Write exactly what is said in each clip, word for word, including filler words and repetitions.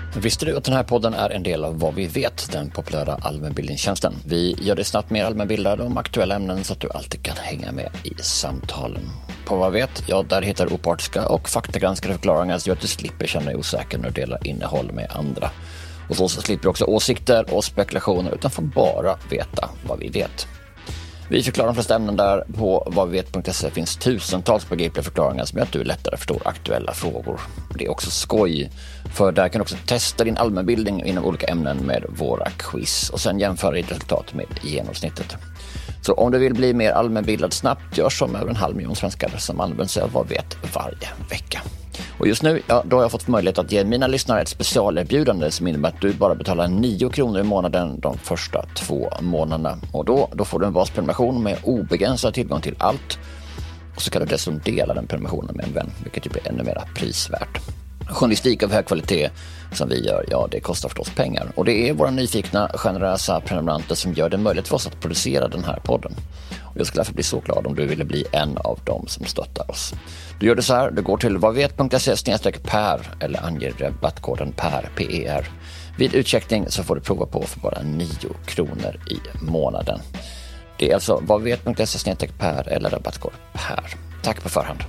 Visste du att den här podden är en del av Vad vi vet, den populära allmänbildningstjänsten? Vi gör det snabbt mer allmänbildade om aktuella ämnen så att du alltid kan hänga med i samtalen. På Vad vi vet, ja, där hittar du opartiska och faktagranskade förklaringar så att du slipper känna dig osäker när du delar innehåll med andra. Och så slipper du också åsikter och spekulationer utan får bara veta vad vi vet. Vi förklarar de flesta ämnen där. På vad vi vet punkt se finns tusentals begripliga förklaringar som gör att du lättare förstår aktuella frågor. Det är också skoj, för där kan du också testa din allmänbildning inom olika ämnen med våra quiz och sen jämföra ditt resultat med genomsnittet. Så om du vill bli mer allmänbildad snabbt, gör som över en halv miljon svenskar som använder sig av Vad vi vet varje vecka. Och just nu, ja, då har jag fått möjlighet att ge mina lyssnare ett specialerbjudande som innebär att du bara betalar nio kronor i månaden de första två månaderna. Och då, då får du en vasprenumeration med obegränsad tillgång till allt. Och så kan du dessutom dela den prenumerationen med en vän, vilket ju blir ännu mer prisvärt. Journalistik av hög kvalitet som vi gör, ja, det kostar förstås pengar. Och det är våra nyfikna, generösa prenumeranter som gör det möjligt för oss att producera den här podden. Och jag skulle därför bli så glad om du ville bli en av dem som stöttar oss. Du gör det så här, du går till vadvet punkt se snedstreck per eller anger rabattkoden PER, P E R. Vid utcheckning så får du prova på för bara nio kronor i månaden. Det är alltså vadvet punkt se snedstreck per eller rabattkod PER. Tack på förhand.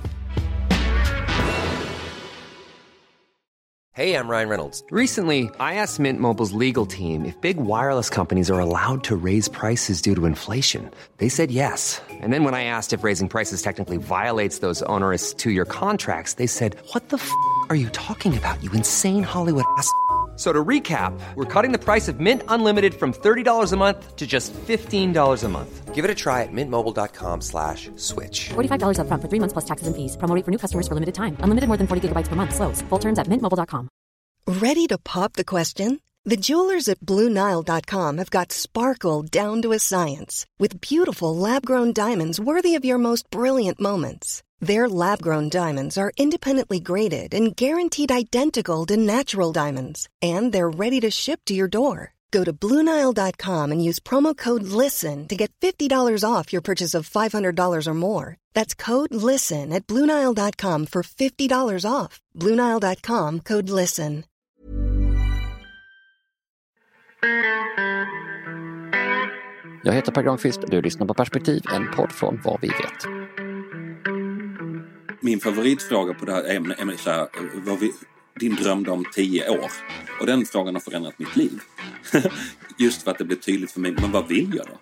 Hey, I'm Ryan Reynolds. Recently, I asked Mint Mobile's legal team if big wireless companies are allowed to raise prices due to inflation. They said yes. And then when I asked if raising prices technically violates those onerous two-year contracts, they said, "What the f*** are you talking about, you insane Hollywood ass?" So to recap, we're cutting the price of Mint Unlimited from thirty dollars a month to just fifteen dollars a month. Give it a try at mintmobile.com slash switch. forty-five dollars up front for three months plus taxes and fees. Promo rate for new customers for limited time. Unlimited more than forty gigabytes per month. Slows full terms at mint mobile dot com. Ready to pop the question? The jewelers at Blue Nile dot com have got sparkle down to a science with beautiful lab-grown diamonds worthy of your most brilliant moments. Their lab-grown diamonds are independently graded and guaranteed identical to natural diamonds. And they're ready to ship to your door. Go to blue nile dot com and use promo code LISTEN to get fifty dollars off your purchase of five hundred dollars or more. That's code LISTEN at blue nile dot com for fifty dollars off. blue nile dot com, code LISTEN. Jag heter Per Granqvist och du lyssnar på Perspektiv, en podd från Vad vi vet. Min favoritfråga på det här ämnet är så här, vad vi, din drömde om tio år. Och den frågan har förändrat mitt liv. Just för att det blir tydligt för mig, men vad vill jag då?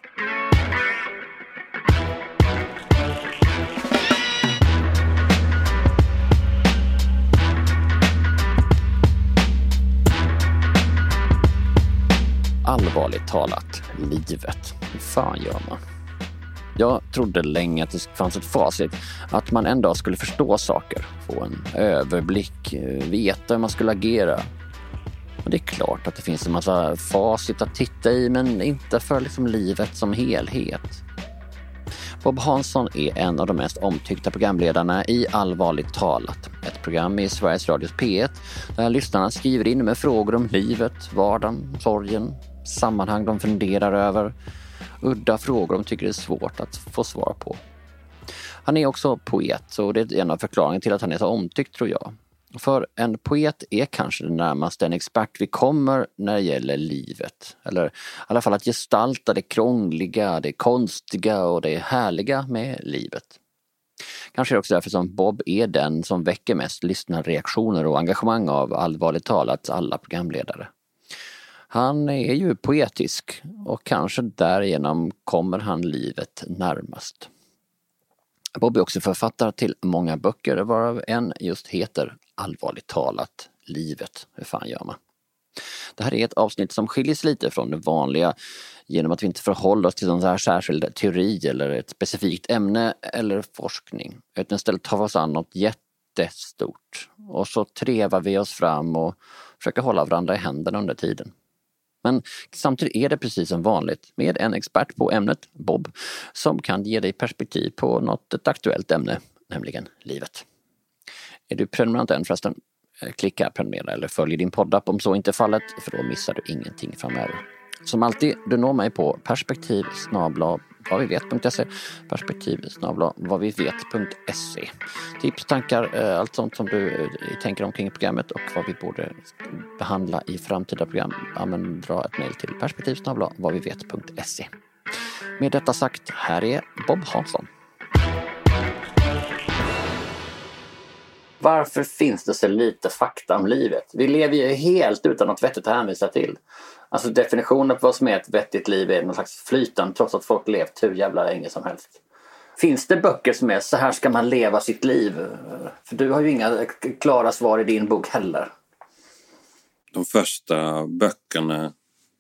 Allvarligt talat, livet. Hur fan gör man? Jag trodde länge att det fanns ett facit, att man en dag skulle förstå saker, få en överblick, veta hur man skulle agera. Och det är klart att det finns en massa facit att titta i, men inte för liksom livet som helhet. Bob Hansson är en av de mest omtyckta programledarna i Allvarligt talat. Ett program i Sveriges Radios P ett där lyssnarna skriver in med frågor om livet, vardagen, sorgen, sammanhang de funderar över, udda frågor de tycker är svårt att få svar på. Han är också poet, så det är en av förklaringarna till att han är så omtyckt, tror jag. För en poet är kanske det närmaste en expert vi kommer när det gäller livet. Eller i alla fall att gestalta det krångliga, det konstiga och det härliga med livet. Kanske är det också därför som Bob är den som väcker mest lyssnarreaktioner och engagemang av Allvarligt talat alla programledare. Han är ju poetisk och kanske därigenom kommer han livet närmast. Bob är också författare till många böcker, varav en just heter Allvarligt talat, livet. Hur fan gör man? Det här är ett avsnitt som skiljer sig lite från det vanliga genom att vi inte förhåller oss till någon så här särskild teori eller ett specifikt ämne eller forskning. Utan istället tar vi oss an något jättestort. Och så trevar vi oss fram och försöker hålla varandra i händerna under tiden. Men samtidigt är det precis som vanligt med en expert på ämnet, Bob, som kan ge dig perspektiv på något ett aktuellt ämne, nämligen livet. Är du prenumerant än förresten? Klicka prenumerera eller följ din poddapp om så inte är fallet, för då missar du ingenting framöver. Som alltid, du når mig på perspektiv snabel-a vad vi vet punkt se, perspektiv snabel-a vad vi vet punkt se. Tips, tankar, allt sånt som du tänker omkring programmet och vad vi borde behandla i framtida program. Ja, men dra ett mejl till perspektiv snabel-a vad vi vet punkt se. Med detta sagt, här är Bob Hansson. Varför finns det så lite fakta om livet? Vi lever ju helt utan något vettigt att hänvisa till. Alltså definitionen på vad som är ett vettigt liv är någon slags flytande trots att folk levt hur jävla länge som helst. Finns det böcker som är så här ska man leva sitt liv? För du har ju inga klara svar i din bok heller. De första böckerna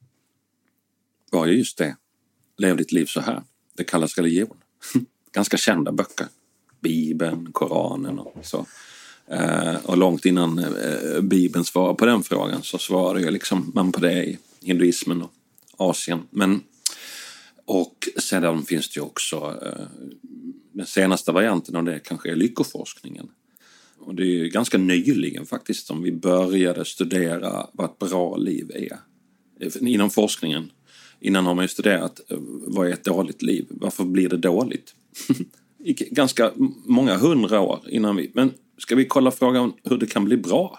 var ju just det. Lev ditt liv så här. Det kallas religion. Ganska kända böcker. Bibeln, Koranen och så. Uh, och långt innan uh, Bibeln svarade på den frågan så svarade ju liksom man på det i hinduismen och Asien. Men, och sedan finns det ju också uh, den senaste varianten av det kanske är lyckoforskningen. Och det är ju ganska nyligen faktiskt som vi började studera vad ett bra liv är. Inom forskningen. Innan har man ju studerat uh, vad är ett dåligt liv? Varför blir det dåligt? I ganska många hundra år innan vi... Men ska vi kolla frågan hur det kan bli bra?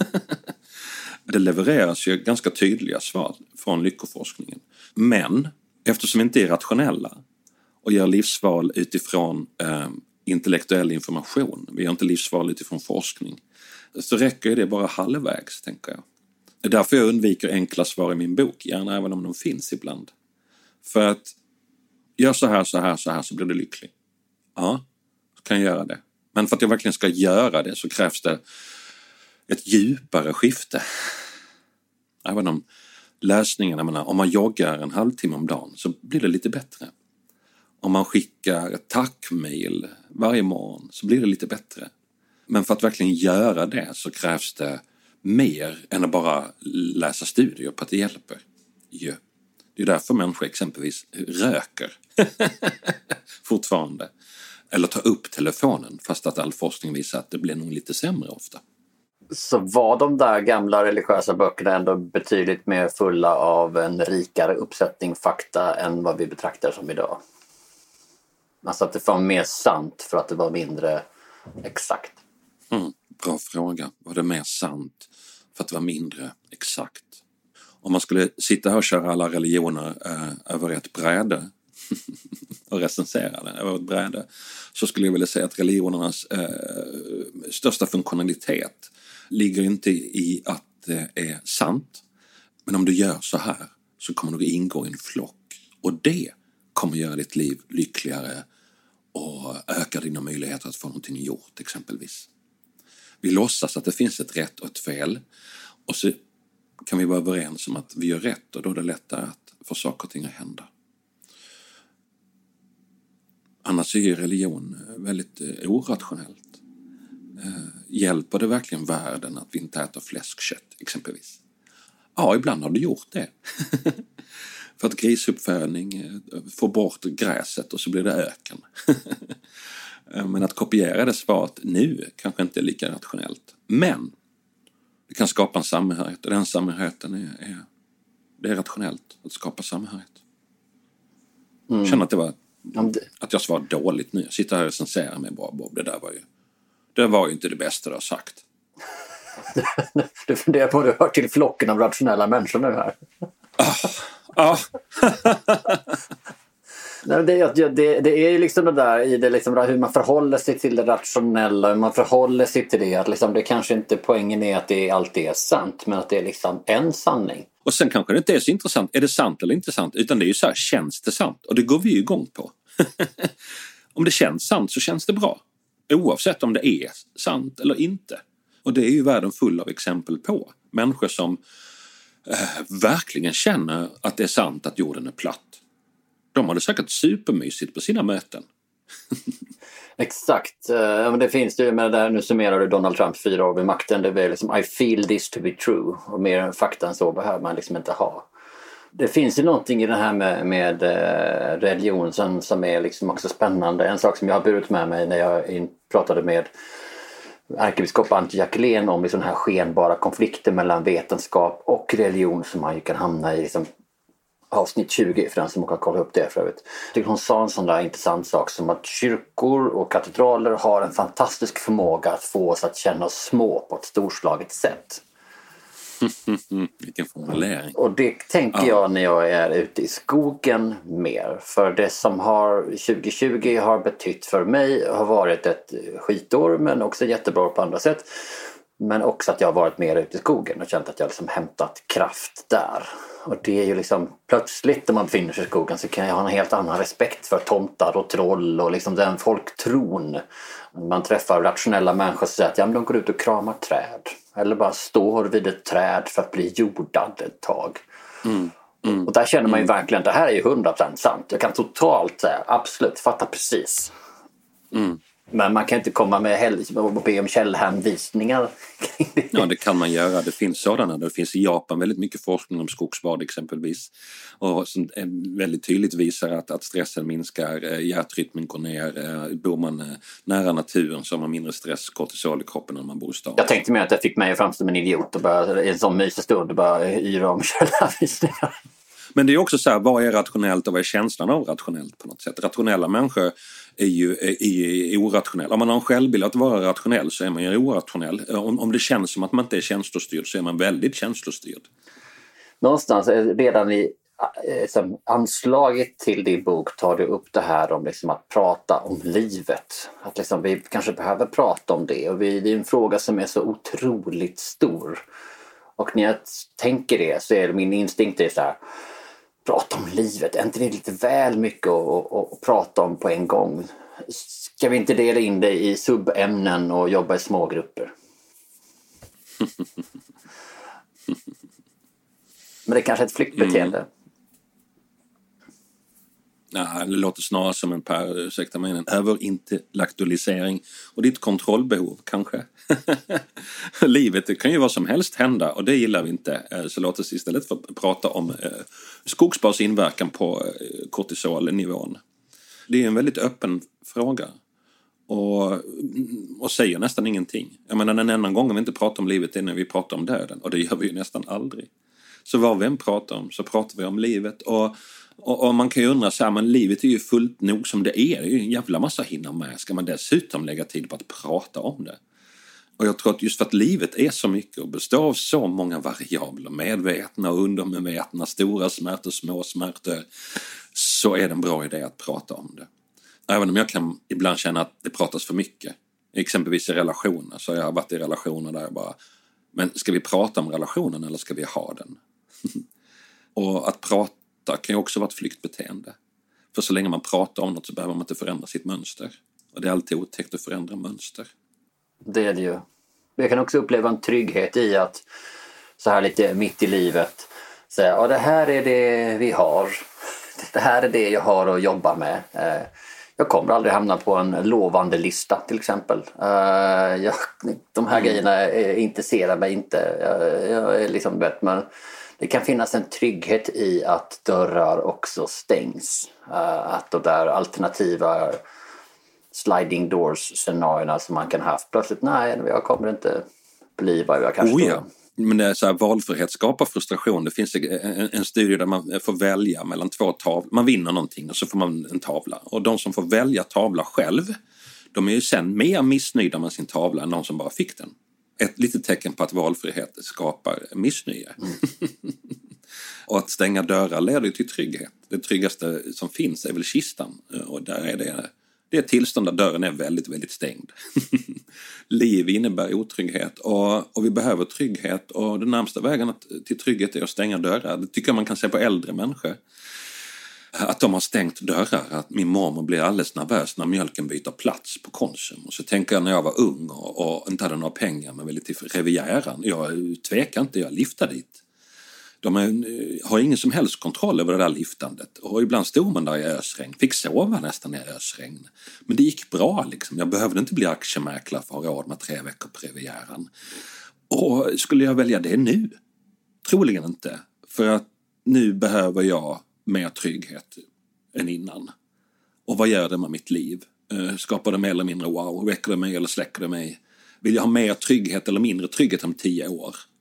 Det levereras ju ganska tydliga svar från lyckoforskningen. Men eftersom vi inte är rationella och gör livsval utifrån eh, intellektuell information, vi gör inte livsval utifrån forskning, så räcker det bara halvvägs, tänker jag. Det är därför jag undviker enkla svar i min bok, gärna även om de finns ibland. För att gör så här, så här, så här så blir du lycklig. Ja, så kan jag göra det. Men för att jag verkligen ska göra det så krävs det ett djupare skifte. Även om lösningen, jag menar, om man joggar en halvtimme om dagen så blir det lite bättre. Om man skickar ett tackmail varje morgon så blir det lite bättre. Men för att verkligen göra det så krävs det mer än att bara läsa studier på att det hjälper. Ja. Det är därför människor exempelvis röker fortfarande. Eller tar upp telefonen fast att all forskning visar att det blir nog lite sämre ofta. Så var de där gamla religiösa böckerna ändå betydligt mer fulla av en rikare uppsättning fakta än vad vi betraktar som idag? Alltså att det var mer sant för att det var mindre exakt. Mm, bra fråga. Var det mer sant för att det var mindre exakt? Om man skulle sitta här och köra alla religioner eh, över ett bräde och recensera det över ett bräde, så skulle jag vilja säga att religionernas eh, största funktionalitet ligger inte i att det är sant, men om du gör så här så kommer du ingå i en flock och det kommer göra ditt liv lyckligare och öka dina möjligheter att få någonting gjort exempelvis. Vi låtsas att det finns ett rätt och ett fel och så kan vi vara överens om att vi gör rätt och då är det lättare att få saker och ting att hända. Annars är ju religion väldigt eh, orationellt. Eh, hjälper det verkligen världen att vi inte äter fläskkött exempelvis? Ja, ibland har det gjort det. För att grisuppfödning eh, får bort gräset och så blir det öken. Men att kopiera det svaret nu kanske inte är lika rationellt. Men det kan skapa en samhörighet och den samhörigheten är, är, det är rationellt att skapa samhörighet. Mm. Jag känner att det var att jag svarar dåligt nu. Jag sitter här och recenserar mig bara, Bob, det där var ju det var ju inte det bästa du har sagt. Du funderar på om du hör till flocken av rationella människor nu här. Ja. Ah. Nej, det, det, det är ju liksom det där i det liksom, hur man förhåller sig till det rationella, hur man förhåller sig till det, att liksom, det kanske inte poängen är att det alltid är sant, men att det är liksom en sanning. Och sen kanske det inte är så intressant, är det sant eller inte sant, utan det är ju så här, känns det sant? Och det går vi ju igång på. Om det känns sant så känns det bra, oavsett om det är sant eller inte. Och det är ju världen full av exempel på människor som eh, verkligen känner att det är sant att jorden är platt. De hade säkert supermysigt på sina möten. Exakt. Men det finns ju med det där, nu summerar du Donald Trump fyra år vid makten. Det är liksom I feel this to be true. Och mer fakta än så behöver man liksom inte ha. Det finns ju någonting i det här med, med religion som, som är liksom också spännande. En sak som jag har burit med mig när jag pratade med ärkebiskop Antje Jackelén om sådana här skenbara konflikter mellan vetenskap och religion som man ju kan hamna i liksom avsnitt tjugo för den som kan kolla upp det för övrigt. Jag tycker hon sa en sån där intressant sak som att kyrkor och katedraler har en fantastisk förmåga att få oss att känna oss små på ett storslaget sätt. Vilken formulering. Och det tänker ja. jag när jag är ute i skogen mer. För det som har tjugo tjugo har betytt för mig har varit ett skitår men också jättebra på andra sätt. Men också att jag har varit mer ute i skogen och känt att jag liksom hämtat kraft där. Och det är ju liksom plötsligt när man befinner sig i skogen så kan jag ha en helt annan respekt för tomtar och troll och liksom den folktron. Man träffar rationella människor och säger att ja, men de går ut och kramar träd. Eller bara står vid ett träd för att bli jordad ett tag. Mm. Mm. Och där känner man ju mm. verkligen att det här är ju hundra procent sant. Jag kan totalt säga, absolut, fatta precis. Mm. Men man kan inte komma med hel- och be om källhänvisningar. Ja, det kan man göra. Det finns sådana. Det finns i Japan väldigt mycket forskning om skogsbad exempelvis. Och som väldigt tydligt visar att, att stressen minskar, hjärtrytmen går ner. Bor man nära naturen så har man mindre stress, kortisol i kroppen när man bor i stad. Jag tänkte mig att jag fick mig att framstå som en idiot och bara, i en sån mysig stund och bara yra om källhänvisningar. Men det är också så här, vad är rationellt och vad är känslan av rationellt på något sätt? Rationella människor är ju är, är orationella. Om man har en självbild att vara rationell så är man ju orationell. Om, om det känns som att man inte är känslostyrd så är man väldigt känslostyrd. Någonstans redan i liksom, anslaget till din bok tar du upp det här om liksom, att prata om livet. Att liksom, vi kanske behöver prata om det. Och vi, det är en fråga som är så otroligt stor. Och när jag tänker det så är det min instinkt är så här, prata om livet. Är inte det lite väl mycket att, att, att prata om på en gång? Ska vi inte dela in det i subämnen och jobba i små grupper? Men det är kanske ett flyktbeteende. Mm. Nej, det låter snarare som en per, ursäkta mig, en överintellektualisering och ditt kontrollbehov kanske. Livet, det kan ju vad som helst hända och det gillar vi inte. Så låt oss istället för prata om eh, skogsbars inverkan på eh, kortisolnivån. Det är en väldigt öppen fråga och, och säger nästan ingenting. Jag menar, den enda gången vi inte pratar om livet är när vi pratar om döden och det gör vi ju nästan aldrig. Så vad vi än pratar om så pratar vi om livet och Och, och man kan ju undra så här, men livet är ju fullt nog som det är. Det är ju en jävla massa hinna med. Ska man dessutom lägga tid på att prata om det? Och jag tror att just för att livet är så mycket och består av så många variabler, medvetna och undermedvetna, stora smärtor, små smärtor, så är det en bra idé att prata om det. Även om jag kan ibland känna att det pratas för mycket. Exempelvis i relationer, så har jag varit i relationer där jag bara, men ska vi prata om relationen eller ska vi ha den? Och att prata kan ju också vara ett flyktbeteende. För så länge man pratar om något så behöver man inte förändra sitt mönster. Och det är alltid otäckt att förändra mönster. Det är det ju. Jag kan också uppleva en trygghet i att så här lite mitt i livet säga, ja det här är det vi har. Det här är det jag har att jobba med. Jag kommer aldrig hamna på en lovande lista till exempel. Jag, de här mm. grejerna intresserar mig inte. Jag, jag är liksom vet men det kan finnas en trygghet i att dörrar också stängs. Att de där alternativa sliding doors-scenarierna som man kan ha haft. Plötsligt, nej, jag kommer inte bli vad jag kanske oh, ja. Men det är så här, valfrihet skapar frustration. Det finns en, en studie där man får välja mellan två tavlor. Man vinner någonting och så får man en tavla. Och de som får välja tavla själv, de är ju sen mer missnöjda med sin tavla än de som bara fick den. Ett litet tecken på att valfrihet skapar missnöje. Mm. Och att stänga dörrar leder till trygghet. Det tryggaste som finns är väl kistan. Och där är det, det är ett tillstånd där dörren är väldigt, väldigt stängd. Liv innebär otrygghet. Och, och vi behöver trygghet. Och den närmsta vägen att, till trygghet är att stänga dörrar. Det tycker jag man kan se på äldre människor. Att de har stängt dörrar. Att min mormor blir alldeles nervös när mjölken byter plats på Konsum. Och så tänker jag när jag var ung och, och inte hade några pengar men ville till Rivieran. Jag tvekar inte, jag liftar dit. De är, har ingen som helst kontroll över det där liftandet. Och ibland stod man där i ösregn. Fick sova nästan i ösregn. Men det gick bra liksom. Jag behövde inte bli aktiemäklare för att ha råd med tre veckor på Rivieran. Och skulle jag välja det nu? Troligen inte. För att nu behöver jag mer trygghet än innan. Och vad gör det med mitt liv? Skapar det mer eller mindre wow? Väcker det mig eller släcker det mig? Vill jag ha mer trygghet eller mindre trygghet om tio år?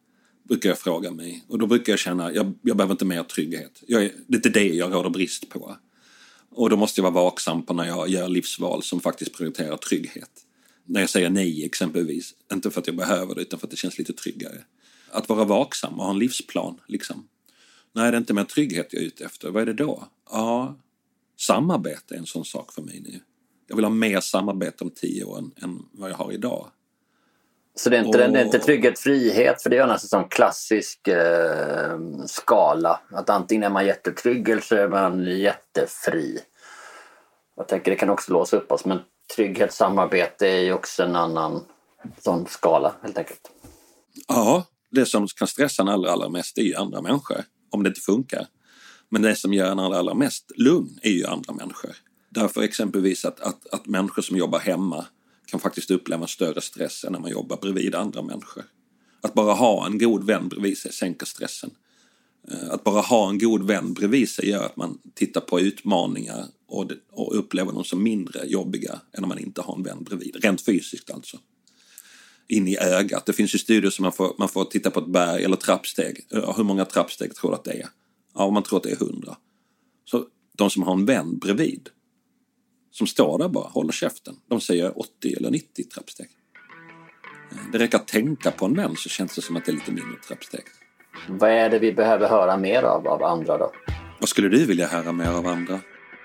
brukar jag fråga mig. Och då brukar jag känna, jag, jag behöver inte mer trygghet. Jag är, det är inte det jag råder brist på. Och då måste jag vara vaksam på när jag gör livsval som faktiskt prioriterar trygghet. När jag säger nej exempelvis, inte för att jag behöver det utan för att det känns lite tryggare. Att vara vaksam och ha en livsplan liksom. Nej, det är inte mer trygghet jag är ute efter. Vad är det då? Ja, samarbete är en sån sak för mig nu. Jag vill ha mer samarbete om tio år än, än vad jag har idag. Så det är inte, och... det är inte trygghet, frihet, för det är nästan en sån klassisk eh, skala. Att antingen är man jättetrygg eller så är man jättefri. Jag tänker det kan också låsa upp oss, men trygghet, samarbete är ju också en annan sån skala helt enkelt. Ja, det som kan stressa en allra, allra mest är ju andra människor, om det inte funkar. Men det som gör en allra, allra mest lugn är ju andra människor. Därför exempelvis att, att, att människor som jobbar hemma kan faktiskt uppleva större stress än när man jobbar bredvid andra människor. Att bara ha en god vän bredvid sig sänker stressen. Att bara ha en god vän bredvid sig gör att man tittar på utmaningar och, det, och upplever dem som mindre jobbiga än när man inte har en vän bredvid. Rent fysiskt alltså. In i ögat. Det finns ju studier som man får, man får titta på ett berg eller trappsteg. Hur många trappsteg tror du att det är? Ja, man tror att det är hundra. Så de som har en vän bredvid som står där bara, håller käften. De säger åttio eller nittio trappsteg. Det räcker att tänka på en vän så känns det som att det är lite mindre trappsteg. Vad är det vi behöver höra mer av, av andra då? Vad skulle du vilja höra mer av andra?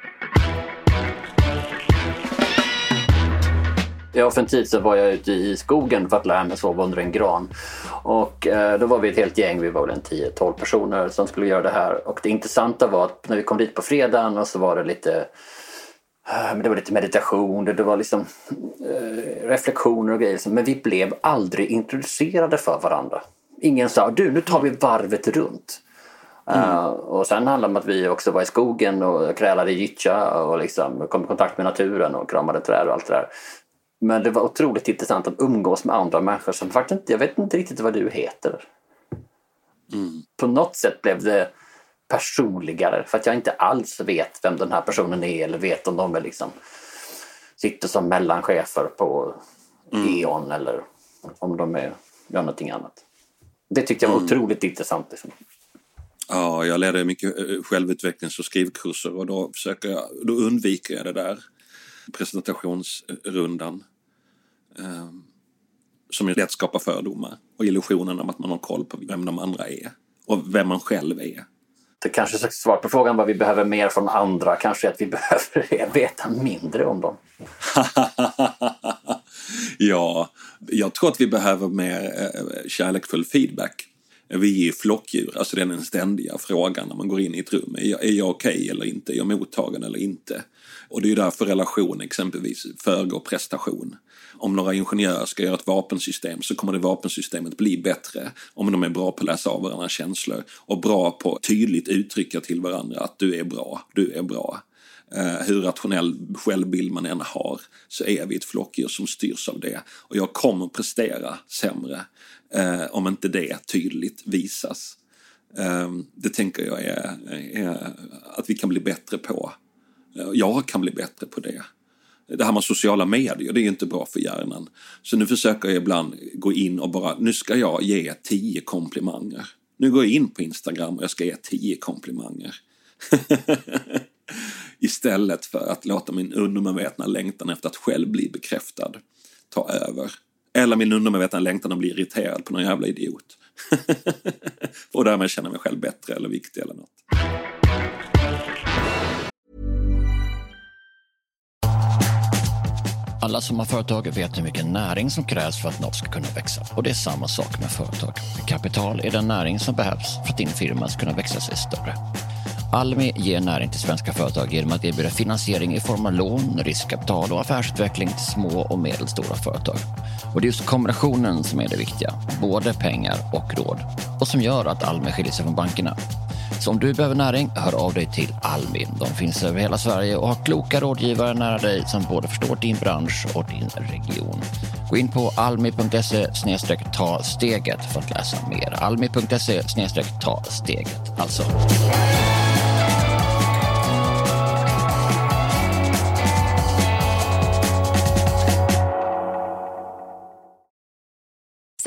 Ja, för en tid så var jag ute i skogen för att lära mig sova under en gran. Och eh, då var vi ett helt gäng, vi var väl en tio tolv personer som skulle göra det här. Och det intressanta var att när vi kom dit på fredagen och så var det lite... Men det var lite meditation, det var liksom eh, reflektioner och grejer. Men vi blev aldrig introducerade för varandra. Ingen sa, du nu tar vi varvet runt. Mm. Uh, och sen handlade det om att vi också var i skogen och krälade gyttja och liksom kom i kontakt med naturen och kramade träd och allt det där. Men det var otroligt intressant att umgås med andra människor som faktiskt inte, jag vet inte riktigt vad du heter. Mm. På något sätt blev det personligare för att jag inte alls vet vem den här personen är eller vet om de är liksom sitter som mellanchefer på mm. E.ON eller om de är, gör någonting annat. Det tyckte jag var mm. otroligt intressant. Liksom. Ja, jag lärde mycket självutvecklings- och skrivkurser och då, försöker jag, då undviker jag det där presentationsrundan eh, som lätt skapar fördomar och illusionen om att man har koll på vem de andra är och vem man själv är. Det kanske är svar på frågan vad vi behöver mer från andra. Kanske att vi behöver veta mindre om dem. Ja, jag tror att vi behöver mer eh, kärleksfull feedback. Vi är ju flockdjur, alltså det är den ständiga frågan när man går in i ett rum. Är jag, är jag okej eller inte? Är jag mottagen eller inte? Och det är ju därför relation exempelvis föregår prestation. Om några ingenjörer ska göra ett vapensystem så kommer det vapensystemet bli bättre om de är bra på att läsa av varandras känslor och bra på att tydligt uttrycka till varandra att du är bra, du är bra. Uh, hur rationell självbild man än har så är vi ett flockdjur som styrs av det. Och jag kommer prestera sämre uh, om inte det tydligt visas. Uh, det tänker jag är, är att vi kan bli bättre på. Uh, jag kan bli bättre på det. Det här med sociala medier, det är ju inte bra för hjärnan. Så nu försöker jag ibland gå in och bara, nu ska jag ge tio komplimanger. Nu går jag in på Instagram och jag ska ge tio komplimanger. Istället för att låta min undermedvetna längtan efter att själv bli bekräftad ta över. Eller min undermedvetna längtan att bli irriterad på någon jävla idiot. Och därmed känna mig själv bättre eller viktig eller något. Alla som har företag vet hur mycket näring som krävs för att något ska kunna växa. Och det är samma sak med företag. Kapital är den näring som behövs för att din firma ska kunna växa sig större. Almi ger näring till svenska företag genom att erbjuda finansiering i form av lån, riskkapital och affärsutveckling till små och medelstora företag. Och det är just kombinationen som är det viktiga, både pengar och råd. Och som gör att Almi skiljer sig från bankerna. Så om du behöver näring, hör av dig till Almi. De finns över hela Sverige och har kloka rådgivare nära dig som både förstår din bransch och din region. Gå in på almi punkt se snedstreck ta steget för att läsa mer. almi punkt se snedstreck ta steget, alltså.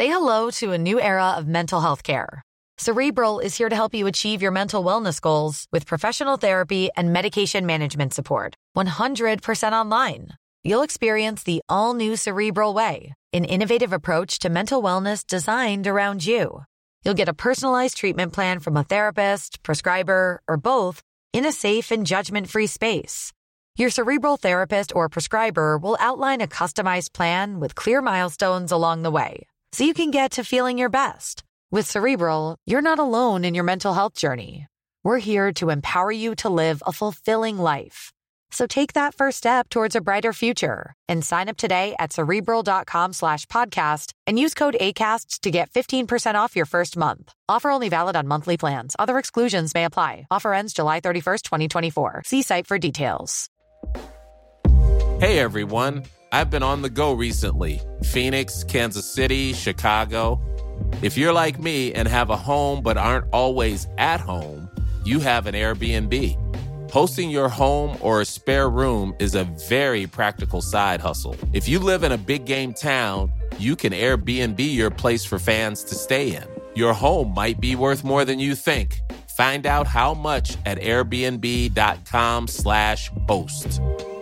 Say hello to a new era of mental health care. Cerebral is here to help you achieve your mental wellness goals with professional therapy and medication management support. one hundred percent online. You'll experience the all-new Cerebral Way, an innovative approach to mental wellness designed around you. You'll get a personalized treatment plan from a therapist, prescriber, or both in a safe and judgment-free space. Your Cerebral therapist or prescriber will outline a customized plan with clear milestones along the way, so you can get to feeling your best. With Cerebral, you're not alone in your mental health journey. We're here to empower you to live a fulfilling life. So take that first step towards a brighter future and sign up today at Cerebral.com slash podcast and use code ACAST to get fifteen percent off your first month. Offer only valid on monthly plans. Other exclusions may apply. Offer ends July thirty-first, twenty twenty-four. See site for details. Hey everyone, I've been on the go recently. Phoenix, Kansas City, Chicago. If you're like me and have a home but aren't always at home, you have an Airbnb. Hosting your home or a spare room is a very practical side hustle. If you live in a big game town, you can Airbnb your place for fans to stay in. Your home might be worth more than you think. Find out how much at airbnb.com slash host.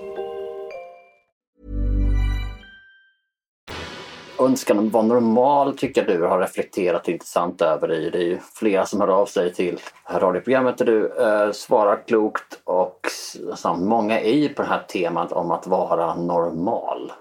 Önskan att vara normal tycker du har reflekterat intressant över i. Det är ju flera som hör av sig till det här radioprogrammet där du eh, svarar klokt och alltså, många är ju på det här temat om att vara normal.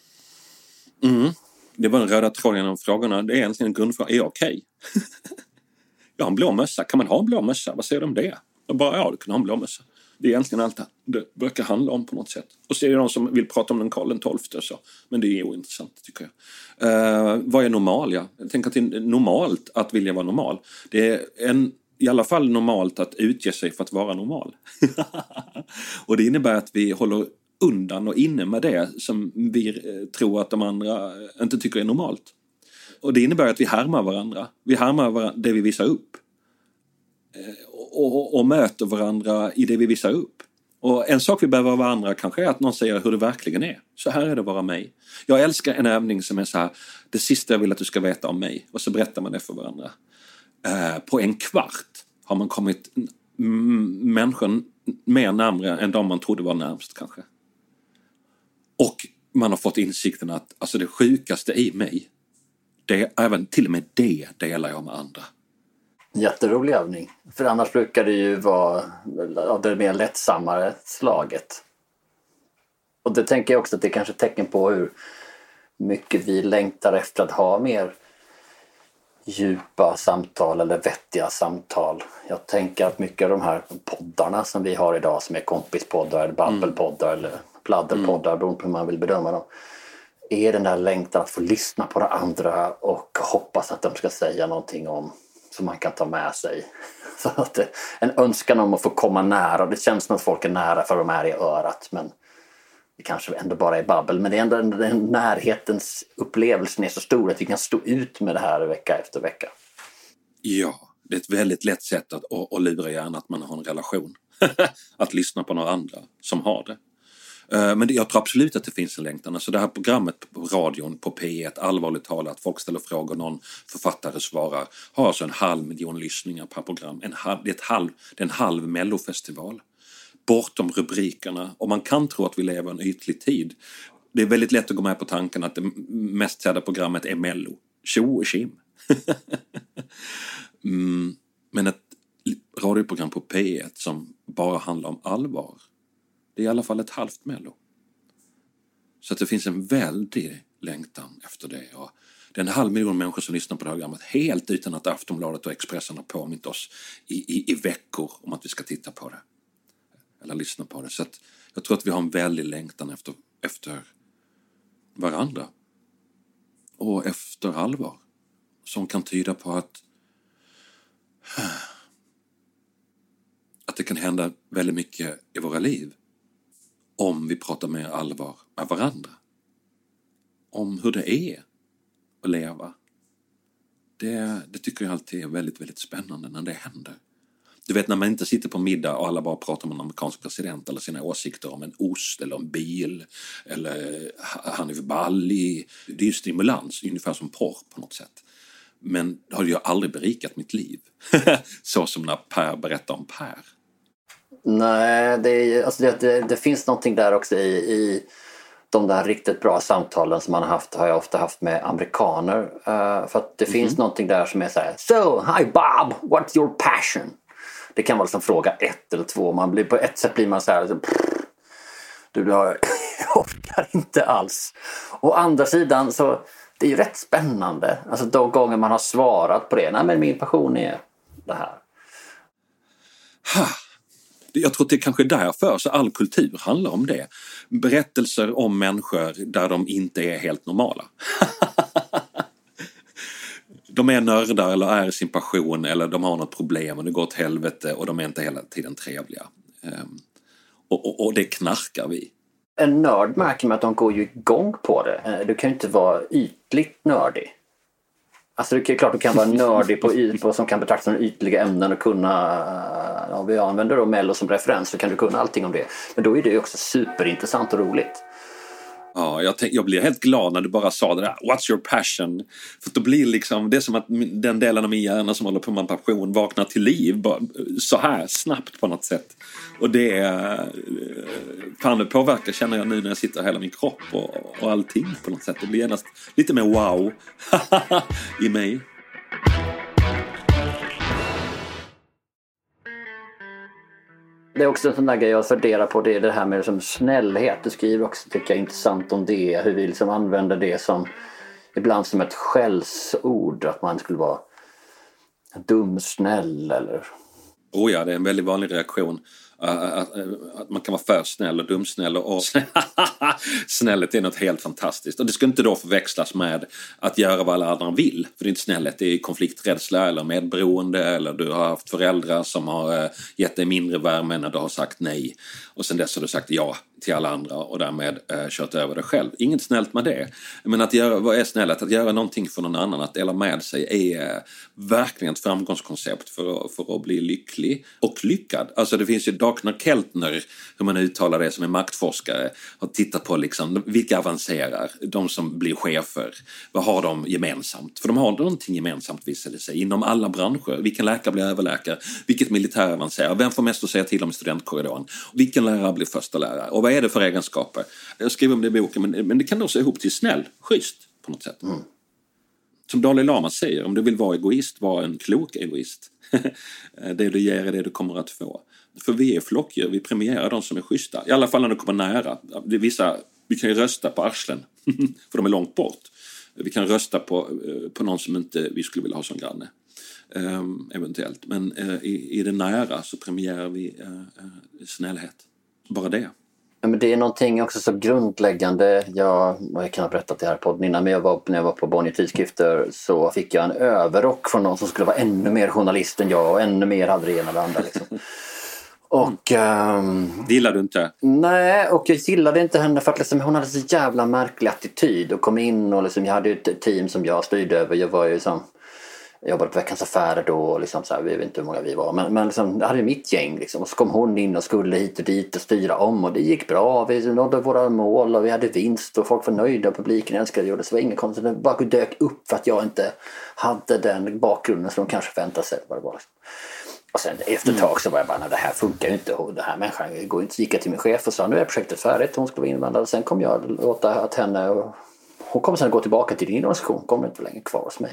Mm. Det var den röda tråden genom frågorna. Det är egentligen en grundfråga. Är jag okej? Okay? Jag har en blå mössa. Kan man ha en blå mössa? Vad säger du om det? Jag bara, ja, du kan ha en blå mössa. Det är egentligen allt det brukar handla om på något sätt. Och så är det de som vill prata om den Karl den tolfte och så. Men det är ointressant tycker jag. Uh, vad är normal? Ja? Jag tänker att det är normalt att vilja vara normal. Det är en, i alla fall normalt att utge sig för att vara normal. Och det innebär att vi håller undan och inne med det som vi tror att de andra inte tycker är normalt. Och det innebär att vi härmar varandra. Vi härmar varandra det vi visar upp. Och, och, och möter varandra i det vi visar upp. Och en sak vi behöver av varandra kanske är att någon säger hur det verkligen är. Så här är det att vara mig. Jag älskar en övning som är så här: det sista jag vill att du ska veta om mig. Och så berättar man det för varandra. Eh, på en kvart har man kommit m- människan mer närmare än de man trodde var närmst kanske. Och man har fått insikten att alltså det sjukaste i mig, det, även till och med det delar jag med andra. Jätterolig övning. För annars brukar det ju vara av det mer lättsammare slaget. Och det tänker jag också att det är kanske ett tecken på hur mycket vi längtar efter att ha mer djupa samtal eller vettiga samtal. Jag tänker att mycket av de här poddarna som vi har idag, som är kompispoddar eller babbelpoddar mm. eller pladderpoddar, mm. beroende på hur man vill bedöma dem, är den där längtan att få lyssna på det andra och hoppas att de ska säga någonting om som man kan ta med sig. Så att det, en önskan om att få komma nära. Det känns som att folk är nära för de är i örat. Men det kanske ändå bara är babbel. Men det är ändå den, den närhetens upplevelsen är så stor att vi kan stå ut med det här vecka efter vecka. Ja, det är ett väldigt lätt sätt att, att, att lura gärna att man har en relation. Att lyssna på några andra som har det. Men jag tror absolut att det finns en längtan. Alltså det här programmet på radion, på P ett, allvarligt talat, folk ställer frågor, någon författare svarar, har alltså en halv miljon lyssningar per program. En halv, det, är ett halv, det är en halv mellofestival. Bortom rubrikerna. Och man kan tro att vi lever en ytlig tid. Det är väldigt lätt att gå med på tanken att det mest sedda programmet är Mello. Tjo och tjim. mm, men ett radioprogram på P ett som bara handlar om allvar, det är i alla fall ett halvt Mello. Så att det finns en väldig längtan efter det. Och det är en halv miljon människor som lyssnar på det här programmet helt utan att Aftonbladet och Expressen har påmint oss i, i, i veckor om att vi ska titta på det. Eller lyssna på det. Så att jag tror att vi har en väldig längtan efter, efter varandra. Och efter allvar. Som kan tyda på att att det kan hända väldigt mycket i våra liv om vi pratar mer allvar med varandra. Om hur det är att leva. Det, det tycker jag alltid är väldigt, väldigt spännande när det händer. Du vet när man inte sitter på middag och alla bara pratar om en amerikansk president eller sina åsikter om en ost eller en bil eller Hanif Bali. Det är ju stimulans, ungefär som porr på något sätt. Men det har ju aldrig berikat mitt liv. Så som när Per berättar om Per. Nej, det, är, alltså det, det, det finns någonting där också i, i de där riktigt bra samtalen som man har haft, har jag ofta haft med amerikaner. Uh, för att det mm-hmm. finns någonting där som är så här: So, hi Bob, what's your passion? Det kan vara liksom fråga ett eller två. Man blir, på ett sätt blir man så här: liksom, du, du har, jag orkar inte alls. Å andra sidan så det är ju rätt spännande. Alltså de gånger man har svarat på det. Nej, men min passion är det här. Ha. Jag tror att det är kanske därför så all kultur handlar om det. Berättelser om människor där de inte är helt normala. De är nördar eller är i sin passion eller de har något problem och det går åt helvete och de är inte hela tiden trevliga. Um, och, och, och det knarkar vi. En nörd märker man att de går ju igång på det. Du kan ju inte vara ytligt nördig. Alltså det är klart du kan vara nördig på, på som kan betraktas som ytliga ämnen och kunna, ja, vi använder då Mello som referens så kan du kunna allting om det. Men då är det ju också superintressant och roligt. Ja, jag, tänk, jag blir helt glad när du bara sa det där. What's your passion? För då blir liksom, det är som att den delen av min hjärna som håller på med en passion vaknar till liv bara, så här snabbt på något sätt. Och det är, fan det påverkar känner jag nu när jag sitter hela min kropp och, och allting på något sätt. Det blir genast lite mer wow i mig. Det är också en sån där grej jag funderar på, det är det här med liksom snällhet. Du skriver också, tycker jag är intressant om det. Hur vi liksom använder det som ibland som ett skällsord. Att man skulle vara dum, snäll eller... Oh ja, det är en väldigt vanlig reaktion. Att man kan vara för snäll och dumsnäll och snället är något helt fantastiskt och det ska inte då förväxlas med att göra vad alla andra vill, för det är inte snället, det är konflikträdsla eller medberoende eller du har haft föräldrar som har gett dig mindre värme när du har sagt nej och sen dess har du sagt ja till alla andra och därmed eh, kört över dig själv. Inget snällt med det. Men att göra, vad är snällt? Att göra någonting för någon annan, att dela med sig är eh, verkligen ett framgångskoncept för att, för att bli lycklig och lyckad. Alltså det finns ju Dagmar Keltner, hur man uttalar det, som är maktforskare, har tittat på liksom, vilka avancerar, de som blir chefer, vad har de gemensamt? För de har någonting gemensamt visade sig inom alla branscher. Vilken läkare blir överläkare? Vilket militär avancerar? Vem får mest att säga till om i studentkorridoren? Vilken lärare blir första lärare? Och vad är det för egenskaper? Jag skriver om det i boken, men, men det kan då se ihop till snäll, schysst på något sätt. Mm. Som Dalai Lama säger, om du vill vara egoist, var en klok egoist. Det du ger är det du kommer att få. För vi är flockdjur, vi premierar de som är schyssta. I alla fall när de kommer nära. Det är vissa, vi kan ju rösta på arslen, för de är långt bort. Vi kan rösta på, på någon som inte vi skulle vilja ha som granne. Um, eventuellt. Men uh, i, i det nära så premierar vi uh, uh, snällhet. Bara det. Ja, men det är någonting också så grundläggande. Jag, jag kan ha berättat det här på podden innan, men jag var, när jag var på Bonnier tidskrifter så fick jag en överrock från någon som skulle vara ännu mer journalist än jag och ännu mer hade det ena eller andra liksom. Och um, det gillade du inte? Nej, och jag gillade inte henne för att liksom, hon hade så jävla märklig attityd och kom in och liksom, jag hade ju ett team som jag styrde över. Jag var ju som, jag jobbade på Veckans Affärer då och liksom så här, vi vet inte hur många vi var, men, men liksom, jag hade mitt gäng liksom, och så kom hon in och skulle hit och dit och styra om och det gick bra, vi nådde våra mål och vi hade vinst och folk var nöjda och publiken älskade det, så var inget konstigt, det bara dök upp för att jag inte hade den bakgrunden som de kanske förväntade sig vad det var liksom. Och sen efter ett tag så var jag bara, nej, det här funkar ju inte och det här människan går inte. Så gick jag till min chef och sa, nu är projektet färdigt, hon ska vara invandrad. Sen kom jag låta att henne, hon kommer sen gå tillbaka till din organisation, kommer inte länge kvar hos mig.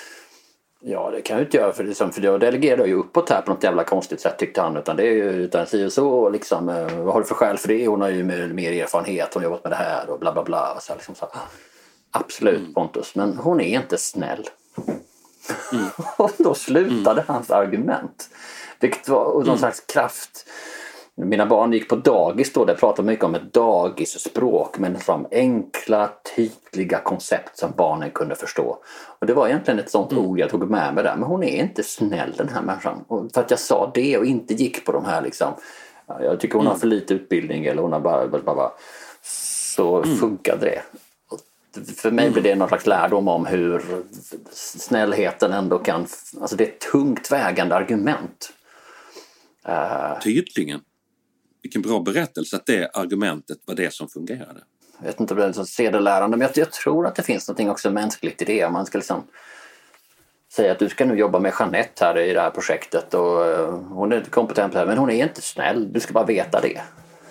Ja, det kan jag inte göra, för, liksom, för jag delegerade ju uppåt här på något jävla konstigt sätt tyckte han, utan det är ju utan si och så liksom, vad har du för skäl för det? Hon har ju mer, mer erfarenhet, hon har jobbat med det här och bla bla bla. Så liksom så, absolut Pontus, men hon är inte snäll. Mm. Och då slutade mm. hans argument. Vilket var någon mm. slags kraft. Mina barn gick på dagis då, där pratade mycket om ett dagisspråk, men som enkla, tydliga koncept som barnen kunde förstå. Och det var egentligen ett sånt mm. ord jag tog med mig där. Men hon är inte snäll, den här människan. Och för att jag sa det och inte gick på de här liksom, jag tycker hon mm. har för lite utbildning eller hon har bara, bara, bara så mm. funkade det. För mig blir det någon slags lärdom om hur snällheten ändå kan, alltså det är ett tungt vägande argument. Uh, Tydligen. Vilken bra berättelse att det argumentet var det som fungerade. Jag vet inte om det är så sedelärande, men jag, jag tror att det finns något också mänskligt i det. Man ska liksom säga att du ska nu jobba med Jeanette här i det här projektet och uh, hon är kompetent här, men hon är inte snäll. Du ska bara veta det.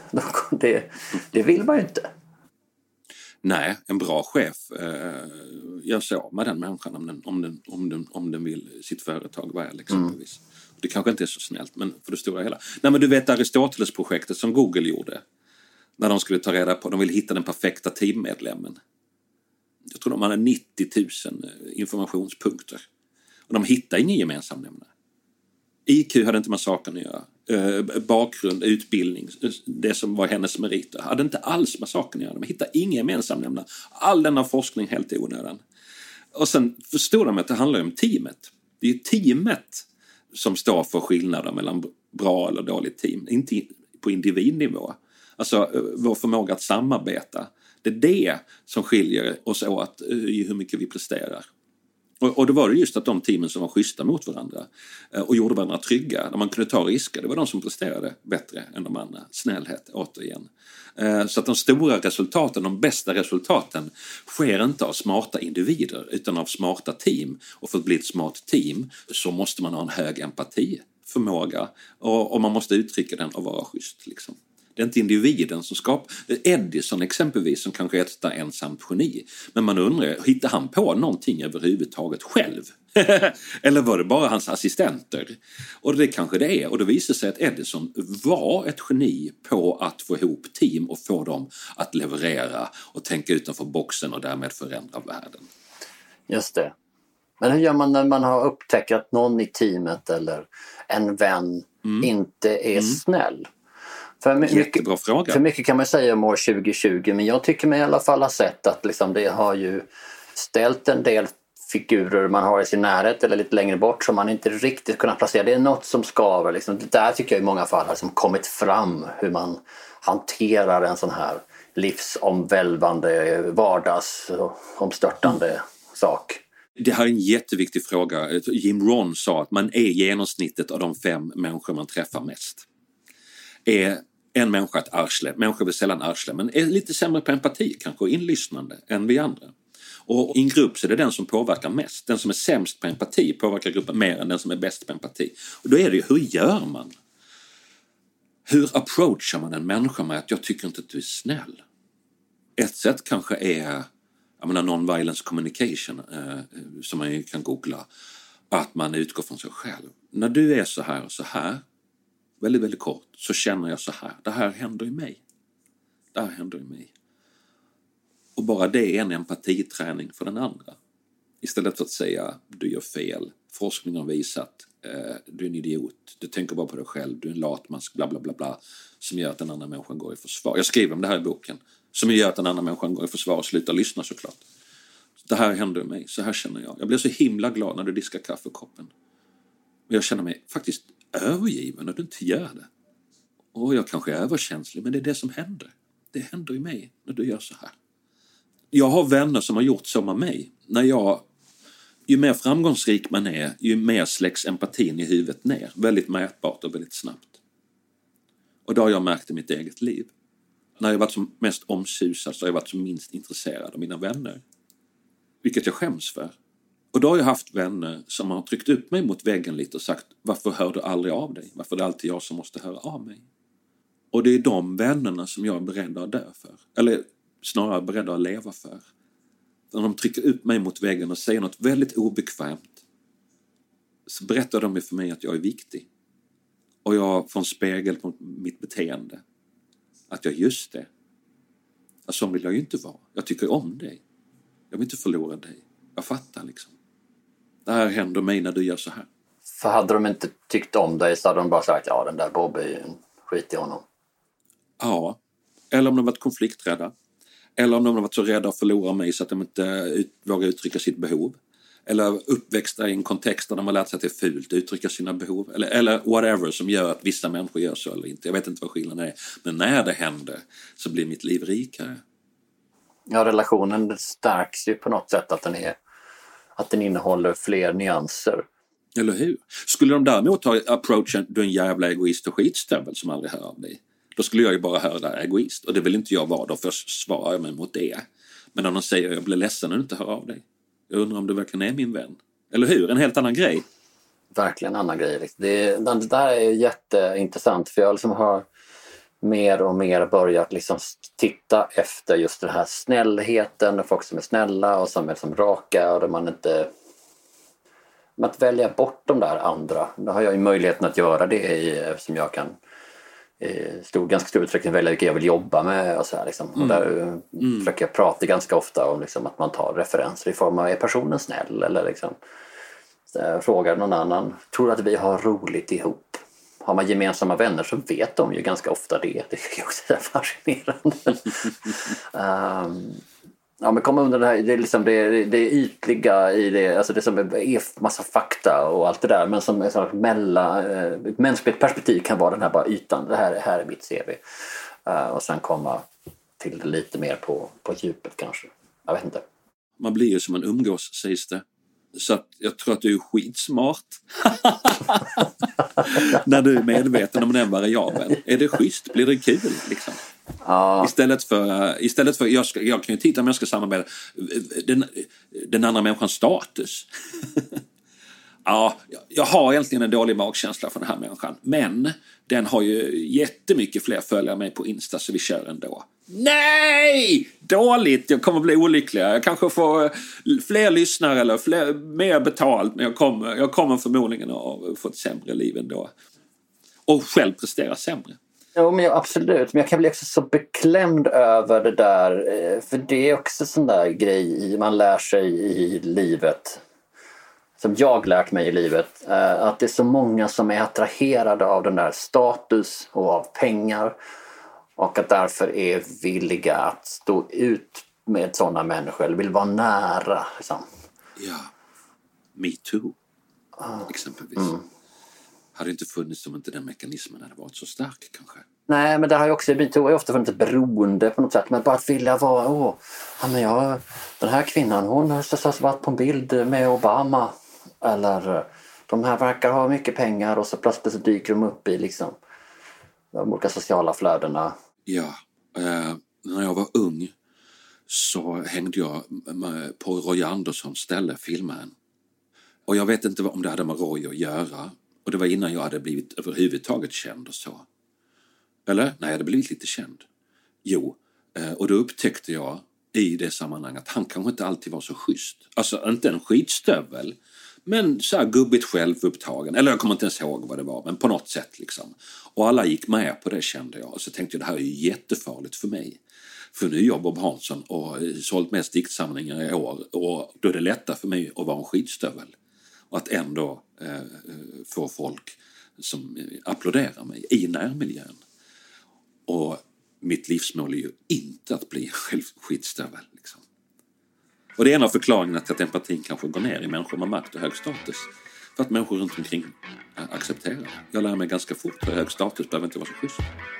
Det, det vill man ju inte. Nej, en bra chef eh, gör så med den människan om den, om den, om den, om den vill sitt företag väl exempelvis. Mm. Det kanske inte är så snällt, men för det stora hela. Nej, men du vet Aristoteles-projektet som Google gjorde. När de skulle ta reda på, de ville hitta den perfekta teammedlemmen. Jag tror de hade nittio tusen informationspunkter. Och de hittade ingen gemensam nämnare. I Q hade inte med saken att göra. Eh, bakgrund, utbildning, det som var hennes meriter. Hade inte alls med saken att göra. De hittade ingen gemensam nämnare. All denna forskning helt i onödan. Och sen förstod de att det handlar om teamet. Det är ju teamet som står för skillnader mellan bra eller dåligt team. Inte på individnivå. Alltså vår förmåga att samarbeta. Det är det som skiljer oss åt i hur mycket vi presterar. Och, och det var det just att de teamen som var schyssta mot varandra och gjorde varandra trygga, där man kunde ta risker, det var de som presterade bättre än de andra. Snällhet, återigen. Så att de stora resultaten, de bästa resultaten sker inte av smarta individer utan av smarta team. Och för att bli ett smart team så måste man ha en hög empatiförmåga och, och man måste uttrycka den och vara schysst liksom. Det är inte individen som skapar. Edison exempelvis som kanske är ett ensamt geni. Men man undrar, hittar han på någonting överhuvudtaget själv? Eller var det bara hans assistenter? Och det kanske det är. Och det visar sig att Edison var ett geni på att få ihop team och få dem att leverera och tänka utanför boxen och därmed förändra världen. Just det. Men hur gör man när man har upptäckt att någon i teamet eller en vän mm. inte är mm. snäll? För mycket, Jättebra fråga. För mycket kan man säga om år tjugo tjugo, men jag tycker mig i alla fall ha sett att liksom det har ju ställt en del figurer man har i sin närhet eller lite längre bort som man inte riktigt kunnat placera. Det är något som skaver. Liksom. Det där tycker jag i många fall har liksom kommit fram hur man hanterar en sån här livsomvälvande, vardagsomstörtande mm. sak. Det här är en jätteviktig fråga. Jim Rohn sa att man är genomsnittet av de fem människor man träffar mest. Är en människa ett arsle, människor vill sällan arsle, men är lite sämre på empati kanske och inlyssnande än vi andra. Och i en grupp så är det den som påverkar mest. Den som är sämst på empati påverkar gruppen mer än den som är bäst på empati. Och då är det ju, hur gör man? Hur approachar man en människa med att jag tycker inte att du är snäll? Ett sätt kanske är, jag menar, non-violence communication eh, som man ju kan googla, att man utgår från sig själv. När du är så här och så här, väldigt, väldigt kort, så känner jag så här. Det här händer i mig. Det här händer i mig. Och bara det är en empatiträning för den andra. Istället för att säga, du gör fel. Forskningen har visat, eh, du är en idiot. Du tänker bara på dig själv. Du är en latmask, bla bla bla bla. Som gör att den andra människan går i försvar. Jag skriver om det här i boken. Som gör att den andra människan går i försvar och slutar lyssna såklart. Det här händer i mig. Så här känner jag. Jag blir så himla glad när du diskar kaffekoppen. Och jag känner mig faktiskt övergiven när du inte gör det. Och jag kanske är överkänslig, men det är det som händer. Det händer i mig när du gör så här. Jag har vänner som har gjort så med mig. När jag, ju mer framgångsrik man är, ju mer släcks empatin i huvudet ner. Väldigt mätbart och väldigt snabbt. Och då har jag märkt i mitt eget liv. När jag varit som mest omsusad så har jag varit som minst intresserad av mina vänner. Vilket jag skäms för. Och då har jag haft vänner som har tryckt upp mig mot väggen lite och sagt, varför hör du aldrig av dig? Varför är det alltid jag som måste höra av mig? Och det är de vännerna som jag är beredd att dö för. Eller snarare beredd att leva för. När de trycker upp mig mot väggen och säger något väldigt obekvämt, så berättar de för mig att jag är viktig. Och jag får en spegel på mitt beteende. Att jag just det. Alltså, så vill jag ju inte vara. Jag tycker om dig. Jag vill inte förlora dig. Jag fattar liksom. Det här händer mig när du gör så här. För hade de inte tyckt om dig så hade de bara sagt, ja, den där Bob är ju en skit i honom. Ja. Eller om de varit konflikträdda. Eller om de har varit så rädda att förlora mig så att de inte ut, vågar uttrycka sitt behov. Eller uppväxta i en kontext där de har lärt sig att det är fult att uttrycka sina behov. Eller, eller whatever som gör att vissa människor gör så eller inte. Jag vet inte vad skillnaden är. Men när det händer så blir mitt liv rikare. Ja, relationen stärks ju på något sätt att den är, att den innehåller fler nyanser. Eller hur? Skulle de däremot ha approachen du är en jävla egoist och skitstövel som aldrig hör av dig, då skulle jag ju bara höra egoist. Och det vill inte jag vara, då försvarar jag mig mot det. Men om de säger jag blir ledsen när du inte hör av dig, jag undrar om du verkligen är min vän. Eller hur? En helt annan grej. Verkligen en annan grej. Det, det där är jätteintressant, för jag liksom har mer och mer börjat liksom titta efter just den här snällheten och folk som är snälla och som är liksom raka, och där man inte... Men att välja bort de där andra, då har jag ju möjligheten att göra det i, som jag kan i stor, ganska stor utsträckning välja vilka jag vill jobba med och så här liksom. Mm. Och där mm. försöker jag prata ganska ofta om liksom att man tar referenser i form av är personen snäll eller liksom frågar någon annan, tror att vi har roligt ihop. Har man gemensamma vänner så vet de ju ganska ofta det. Det är också fascinerande. um, Ja, men komma under det här, det är liksom det, det är ytliga i det, alltså det som är massa fakta och allt det där, men som är sånt mellan, ett mänskligt perspektiv kan vara den här bara ytan, det här, här är mitt C V. Uh, och sen komma till lite mer på, på djupet kanske, jag vet inte. Man blir ju som en umgås, sägs det. Så att jag tror att du är skitsmart. När du är medveten om den variabeln. Är det schysst? Blir det kul liksom? Ja. Istället för, istället för jag, ska, jag kan ju titta om jag ska samarbeta den, den andra människans status. Ja, jag har egentligen en dålig magkänsla för den här människan. Men den har ju jättemycket fler följare mig på Insta, så vi kör ändå. Nej! Dåligt! Jag kommer bli olycklig. Jag kanske får fler lyssnare eller fler, mer betalt, men jag kommer, jag kommer förmodligen att få ett sämre liv ändå. Och själv prestera sämre. Jo, men jag, absolut. Men jag kan bli också så beklämd över det där. För det är också sån där grej man lär sig i livet. Som jag lärt mig i livet. Att det är så många som är attraherade av den där status och av pengar. Och att därför är villiga att stå ut med sådana människor. Eller vill vara nära. Liksom. Ja. Me too. Exempelvis. Mm. Hade inte funnits om inte den mekanismen hade varit så stark kanske. Nej, men det har ju också, MeToo har ju ofta funnits beroende på något sätt. Men bara att vilja vara, åh, ja, men jag, den här kvinnan, hon har varit på en bild med Obama. Eller de här verkar ha mycket pengar och så plötsligt så dyker de upp i liksom de olika sociala flödena. Ja, eh, när jag var ung så hängde jag på Roy Anderssons ställe, filmaren. Och jag vet inte om det hade med Roy att göra. Och det var innan jag hade blivit överhuvudtaget känd och så. Eller? Nej, jag hade blivit lite känd. Jo, och då upptäckte jag i det sammanhanget att han kanske inte alltid var så schysst. Alltså inte en skitstövel, men så här gubbigt självupptagen. Eller jag kommer inte ens ihåg vad det var, men på något sätt liksom. Och alla gick med på det, kände jag. Och så tänkte jag, det här är ju jättefarligt för mig. För nu är jag Bob Hansson och sålt mest diktsamlingar i år. Och då är det lättare för mig att vara en skitstövel. Och att ändå eh, få folk som applåderar mig i närmiljön. Och mitt livsmål är ju inte att bli själv skitstövel. Liksom. Och det är en av förklaringarna till att empatin kanske går ner i människor med makt och hög status. För att människor runt omkring accepterar. Jag lär mig ganska fort att hög status behöver inte vara så schysst.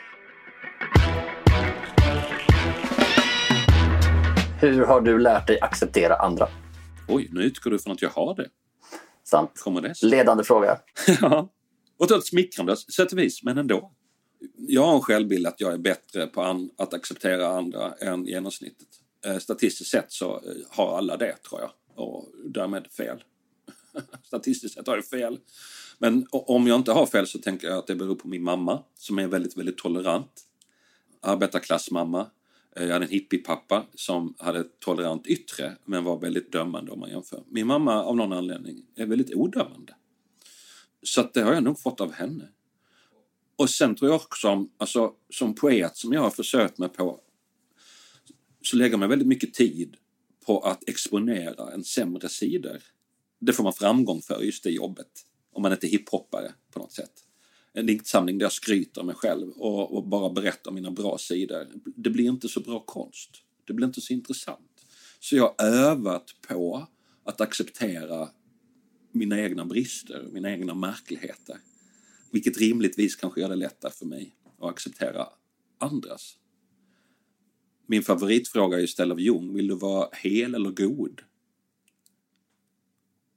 Hur har du lärt dig acceptera andra? Oj, nu utgår du från att jag har det. Sant. Kommer det? Ledande fråga. Ja, och då ett smickrande sätt och vis, men ändå. Jag har en självbild att jag är bättre på an- att acceptera andra än genomsnittet. Eh, statistiskt sett så har alla det, tror jag. Och därmed fel. Statistiskt sett har jag fel. Men om jag inte har fel så tänker jag att det beror på min mamma, som är väldigt, väldigt tolerant. Arbetarklassmamma. Jag hade en hippiepappa som hade ett tolerant yttre men var väldigt dömande om man jämför. Min mamma av någon anledning är väldigt odömande. Så att det har jag nog fått av henne. Och sen tror jag också som, alltså, som poet som jag har försökt mig på, så lägger man väldigt mycket tid på att exponera en sämre sidor. Det får man framgång för just det jobbet. Om man inte är hiphoppare på något sätt. En diktsamling där jag skryter mig själv och, och bara berättar mina bra sidor. Det blir inte så bra konst. Det blir inte så intressant. Så jag har övat på att acceptera mina egna brister, mina egna märkligheter. Vilket rimligtvis kanske gör det lättare för mig att acceptera andras. Min favoritfråga är ju ställd av Jung. Vill du vara hel eller god?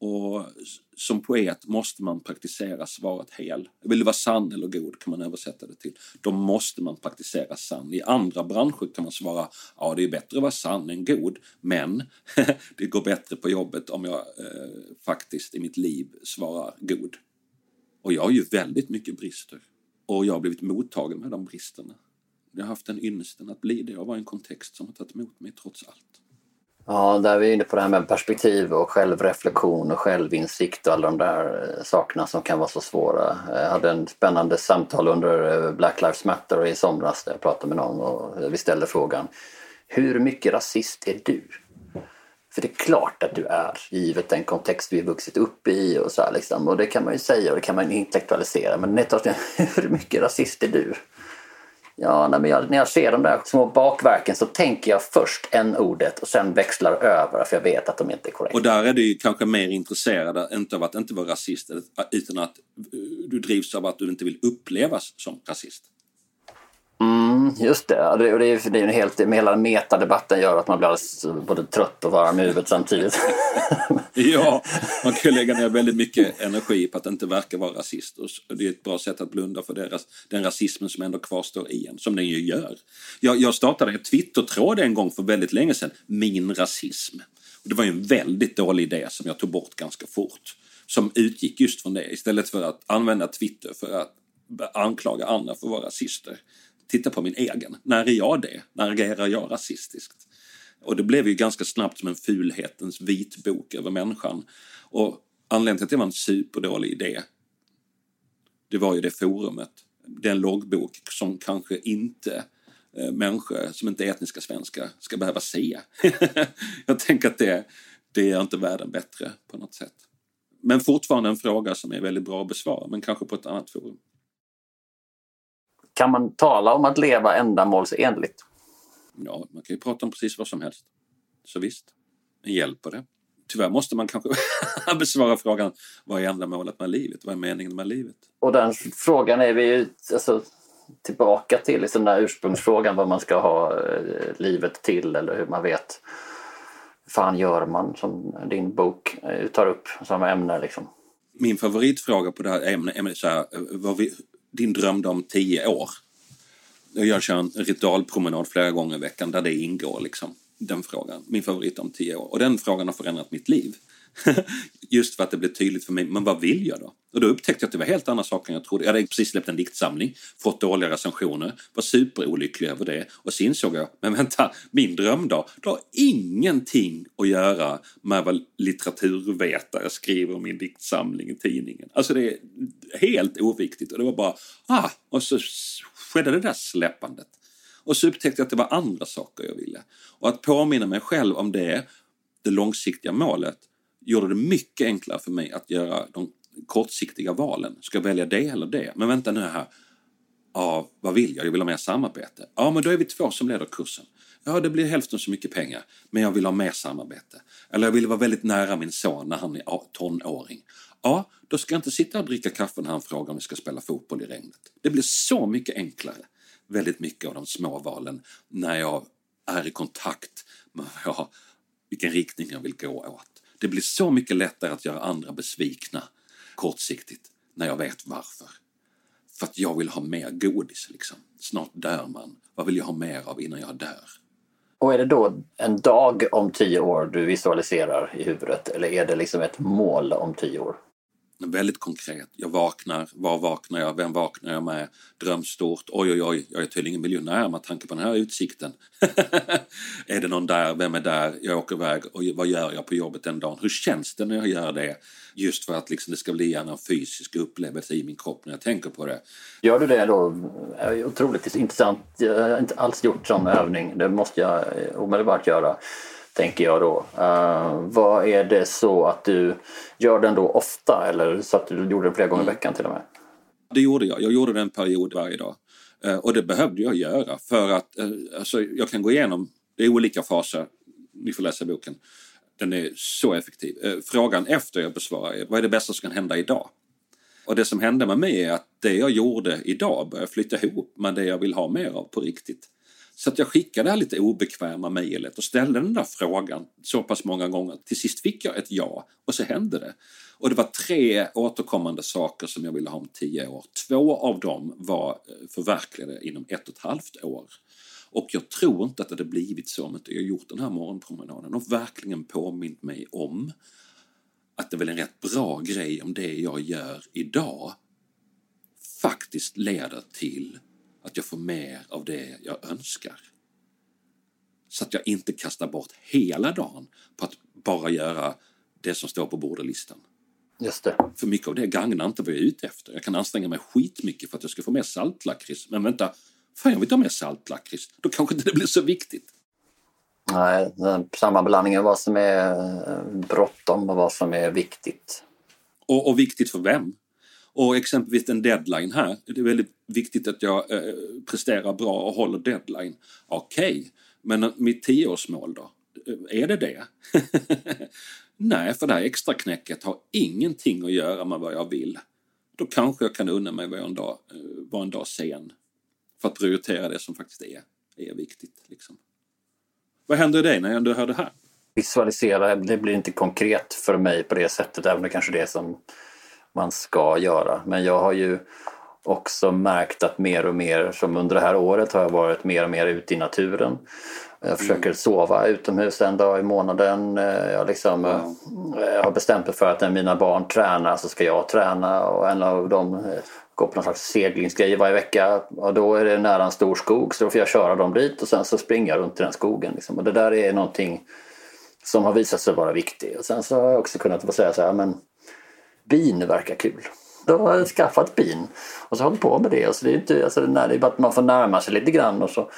Och som poet måste man praktisera svaret hel. Vill du vara sann eller god kan man översätta det till. Då måste man praktisera sann. I andra branscher kan man svara, ja det är bättre att vara sann än god. Men det går bättre på jobbet om jag eh, faktiskt i mitt liv svarar god. Och jag har ju väldigt mycket brister. Och jag har blivit mottagen med de bristerna. Jag har haft en ynnesten att bli det och vara en kontext som har tagit emot mig trots allt. Ja, där är vi inne på det här med perspektiv och självreflektion och självinsikt och alla de där sakerna som kan vara så svåra. Jag hade en spännande samtal under Black Lives Matter i somras där jag pratade med någon och vi ställde frågan: hur mycket rasist är du? För det är klart att du är, givet den kontext vi har vuxit upp i och så här liksom. Och det kan man ju säga och det kan man intellektualisera. Men hur mycket rasist är du? Ja, när jag, när jag ser de där små bakverken så tänker jag först en ordet och sen växlar över för jag vet att de inte är korrekta. Och där är du kanske mer intresserad inte av att inte vara rasist utan att du drivs av att du inte vill upplevas som rasist. Mm, just det. Och det, och det är, det är en helt, med hela metadebatten gör att man blir alldeles både trött och varm i huvudet samtidigt. Ja, man kan lägga ner väldigt mycket energi på att inte verka vara rasist. Och det är ett bra sätt att blunda för deras, den rasismen som ändå kvarstår i en, som den ju gör. Jag, jag startade en Twitter-tråd en gång för väldigt länge sedan, min rasism. Och det var ju en väldigt dålig idé som jag tog bort ganska fort. Som utgick just från det, istället för att använda Twitter för att anklaga andra för att vara rasister. Titta på min egen. När är jag det? När agerar jag rasistiskt? Och det blev ju ganska snabbt som en fulhetens vitbok över människan. Och anledningen till att det var en superdålig idé, det var ju det forumet. Det är en loggbok som kanske inte eh, människor som inte är etniska svenskar ska behöva se. Jag tänker att det, det är inte världen bättre på något sätt. Men fortfarande en fråga som är väldigt bra att besvara, men kanske på ett annat forum. Kan man tala om att leva ändamålsenligt? Ja, man kan ju prata om precis vad som helst. Så visst, en hjälp på det. Tyvärr måste man kanske besvara frågan, vad är ändamålet med livet? Vad är meningen med livet? Och den frågan är vi ju alltså, tillbaka till liksom den där ursprungsfrågan, vad man ska ha eh, livet till eller hur man vet. Hur fan gör man, som din bok eh, tar upp som ämne liksom. Min favoritfråga på det här ämnet är så här, vad vi, din drömde om tio år. Jag kör en ritualpromenad flera gånger i veckan där det ingår liksom, den frågan. Min favorit om tio år. Och den frågan har förändrat mitt liv. Just för att det blev tydligt för mig. Men vad vill jag då? Och då upptäckte jag att det var helt andra saker än jag trodde. Jag hade precis släppt en diktsamling. Fått dåliga recensioner. Var superolycklig över det. Och sen såg jag, men vänta, min dröm då? Det har ingenting att göra med vad litteraturvetare skriver om min diktsamling i tidningen. Alltså det är helt oviktigt. Och det var bara, ah, och så skedde det där släppandet. Och så upptäckte jag att det var andra saker jag ville. Och att påminna mig själv om det, det långsiktiga målet, gjorde det mycket enklare för mig att göra de kortsiktiga valen. Ska jag välja det eller det? Men vänta nu här. Ja, vad vill jag? Jag vill ha mer samarbete. Ja, men då är vi två som leder kursen. Ja, det blir hälften så mycket pengar. Men jag vill ha mer samarbete. Eller jag vill vara väldigt nära min son när han är tonåring. Ja, då ska jag inte sitta och dricka kaffe när han frågar om vi ska spela fotboll i regnet. Det blir så mycket enklare. Väldigt mycket av de små valen när jag är i kontakt med ja, vilken riktning jag vill gå åt. Det blir så mycket lättare att göra andra besvikna kortsiktigt när jag vet varför. För att jag vill ha mer godis liksom. Snart dör man. Vad vill jag ha mer av innan jag dör? Och är det då en dag om tio år du visualiserar i huvudet? Eller är det liksom ett mål om tio år? Väldigt konkret. Jag vaknar. Var vaknar jag? Vem vaknar jag med? Drömstort. Oj, oj, oj. Jag är tydligen miljonär med tanke på den här utsikten. Är det någon där? Vem är där? Jag åker iväg. Och vad gör jag på jobbet den dagen? Hur känns det när jag gör det? Just för att liksom det ska bli en fysisk upplevelse i min kropp när jag tänker på det. Gör du det då? Det är otroligt intressant. Jag har inte alls gjort sån övning. Det måste jag omedelbart göra. Tänker jag då. Uh, vad är det så att du gör den då ofta? Eller så att du gjorde den flera gånger i veckan till och med? Det gjorde jag. Jag gjorde den en period varje dag. Uh, och det behövde jag göra. För att uh, alltså, jag kan gå igenom, det är olika faser. Ni får läsa boken. Den är så effektiv. Uh, frågan efter jag besvarar är, vad är det bästa som kan hända idag? Och det som hände med mig är att det jag gjorde idag började flytta ihop med det jag vill ha mer av på riktigt. Så att jag skickade det här lite obekväma mejlet och ställde den där frågan så pass många gånger. Till sist fick jag ett ja och så hände det. Och det var tre återkommande saker som jag ville ha om tio år. Två av dem var förverkligade inom ett och ett halvt år. Och jag tror inte att det hade blivit så om jag gjort den här morgonpromenaden och verkligen påmint mig om att det är väl en rätt bra grej om det jag gör idag faktiskt leder till att jag får mer av det jag önskar. Så att jag inte kastar bort hela dagen på att bara göra det som står på bordelistan. Just det. För mycket av det gagnar inte vad jag är ute efter. Jag kan anstränga mig skitmycket för att jag ska få mer saltlakrits. Men vänta, fan jag vill inte ha mer saltlakrits. Då kanske inte det blir så viktigt. Nej, sammanblandningen av vad som är bråttom och vad som är viktigt. Och, och viktigt för vem? Och exempelvis en deadline här. Det är väldigt viktigt att jag eh, presterar bra och håller deadline. Okej, okay. Men mitt tioårsmål då? Är det det? Nej, för det här extra knäcket har ingenting att göra med vad jag vill. Då kanske jag kan unna mig vara en dag, vara en dag sen. För att prioritera det som faktiskt är, är viktigt. Liksom. Vad händer i dig när du hör det här? Visualisera, det blir inte konkret för mig på det sättet. Även det kanske är det som man ska göra. Men jag har ju också märkt att mer och mer, som under det här året har jag varit mer och mer ute i naturen. Jag försöker mm. sova utomhus en dag i månaden. Jag, liksom, wow. jag har bestämt mig för att när mina barn tränar så ska jag träna. Och en av dem går på någon slags seglingsgrej varje vecka. Och då är det nära en stor skog så då får jag köra dem dit. Och sen så springer jag runt i den skogen. Liksom. Och det där är någonting som har visat sig vara viktigt. Och sen så har jag också kunnat få säga så här, men bin verkar kul. Då har jag skaffat bin och så håller på med det. Och så det är inte, alltså, det är bara att man får närma sig lite grann. Och så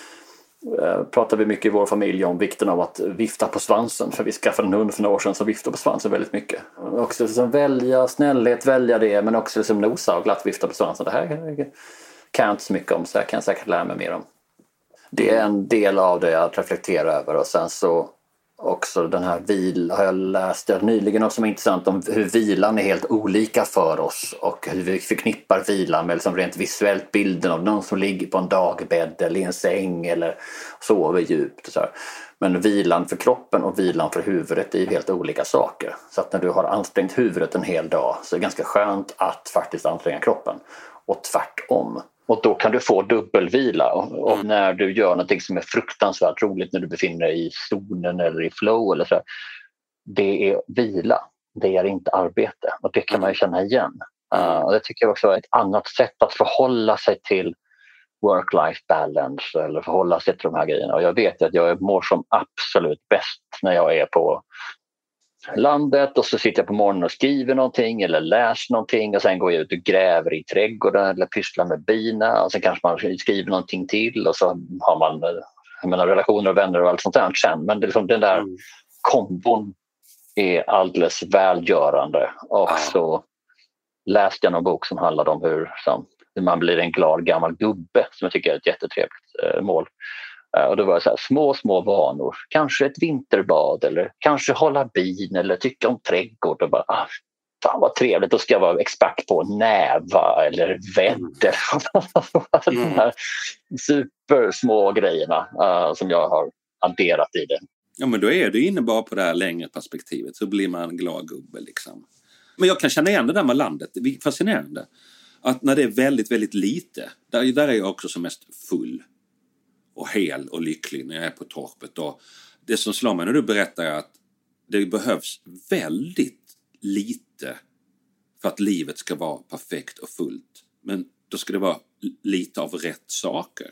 eh, pratar vi mycket i vår familj om vikten av att vifta på svansen. För vi skaffade en hund för några år sedan som viftar på svansen väldigt mycket. Och också liksom välja snällhet, välja det. Men också liksom nosa och glatt vifta på svansen. Det här kan jag inte så mycket om, så jag kan säkert lära mig mer om. Det är en del av det jag reflekterar över. Och sen så också den här vil har jag läst nyligen något som är intressant om hur vilan är helt olika för oss och hur vi förknippar vilan med liksom rent visuellt bilden av någon som ligger på en dagbädd eller i en säng eller sover djupt. Och så här. Men vilan för kroppen och vilan för huvudet är ju helt olika saker. Så att när du har ansträngt huvudet en hel dag så är det ganska skönt att faktiskt anstränga kroppen. Och tvärtom. Och då kan du få dubbelvila. Och, och när du gör någonting som är fruktansvärt roligt när du befinner dig i zonen eller i flow eller så. Det är vila. Det är inte arbete. Och det kan man ju känna igen. Uh, och det tycker jag också är ett annat sätt att förhålla sig till work-life balance eller förhålla sig till de här grejerna. Och jag vet att jag mår som absolut bäst när jag är på landet och så sitter jag på morgonen och skriver någonting eller läser någonting och sen går jag ut och gräver i trädgården eller pysslar med bina och sen kanske man skriver någonting till och så har man jag menar, relationer och vänner och allt sånt där sen. Men det är liksom, den där mm. kombon är alldeles välgörande. Och ah. så läste jag någon bok som handlade om hur, som, hur man blir en glad gammal gubbe som jag tycker är ett jättetrevligt eh, mål. Och det var så här, små, små vanor. Kanske ett vinterbad eller kanske hålla bin eller tycka om trädgård. Och bara, ah, fan vad trevligt, då ska jag vara expert på näva eller väder. Mm. De här supersmå grejerna uh, som jag har adderat i det. Ja, men då är du inne bara på det här längre perspektivet så blir man en glad gubbe liksom. Men jag kan känna igen det där med landet. Det är fascinerande. Att när det är väldigt, väldigt lite, där, där är jag också som mest full. Och hel och lycklig när jag är på torpet. Och det som slår mig när du berättar är att det behövs väldigt lite för att livet ska vara perfekt och fullt. Men då ska det vara lite av rätt saker.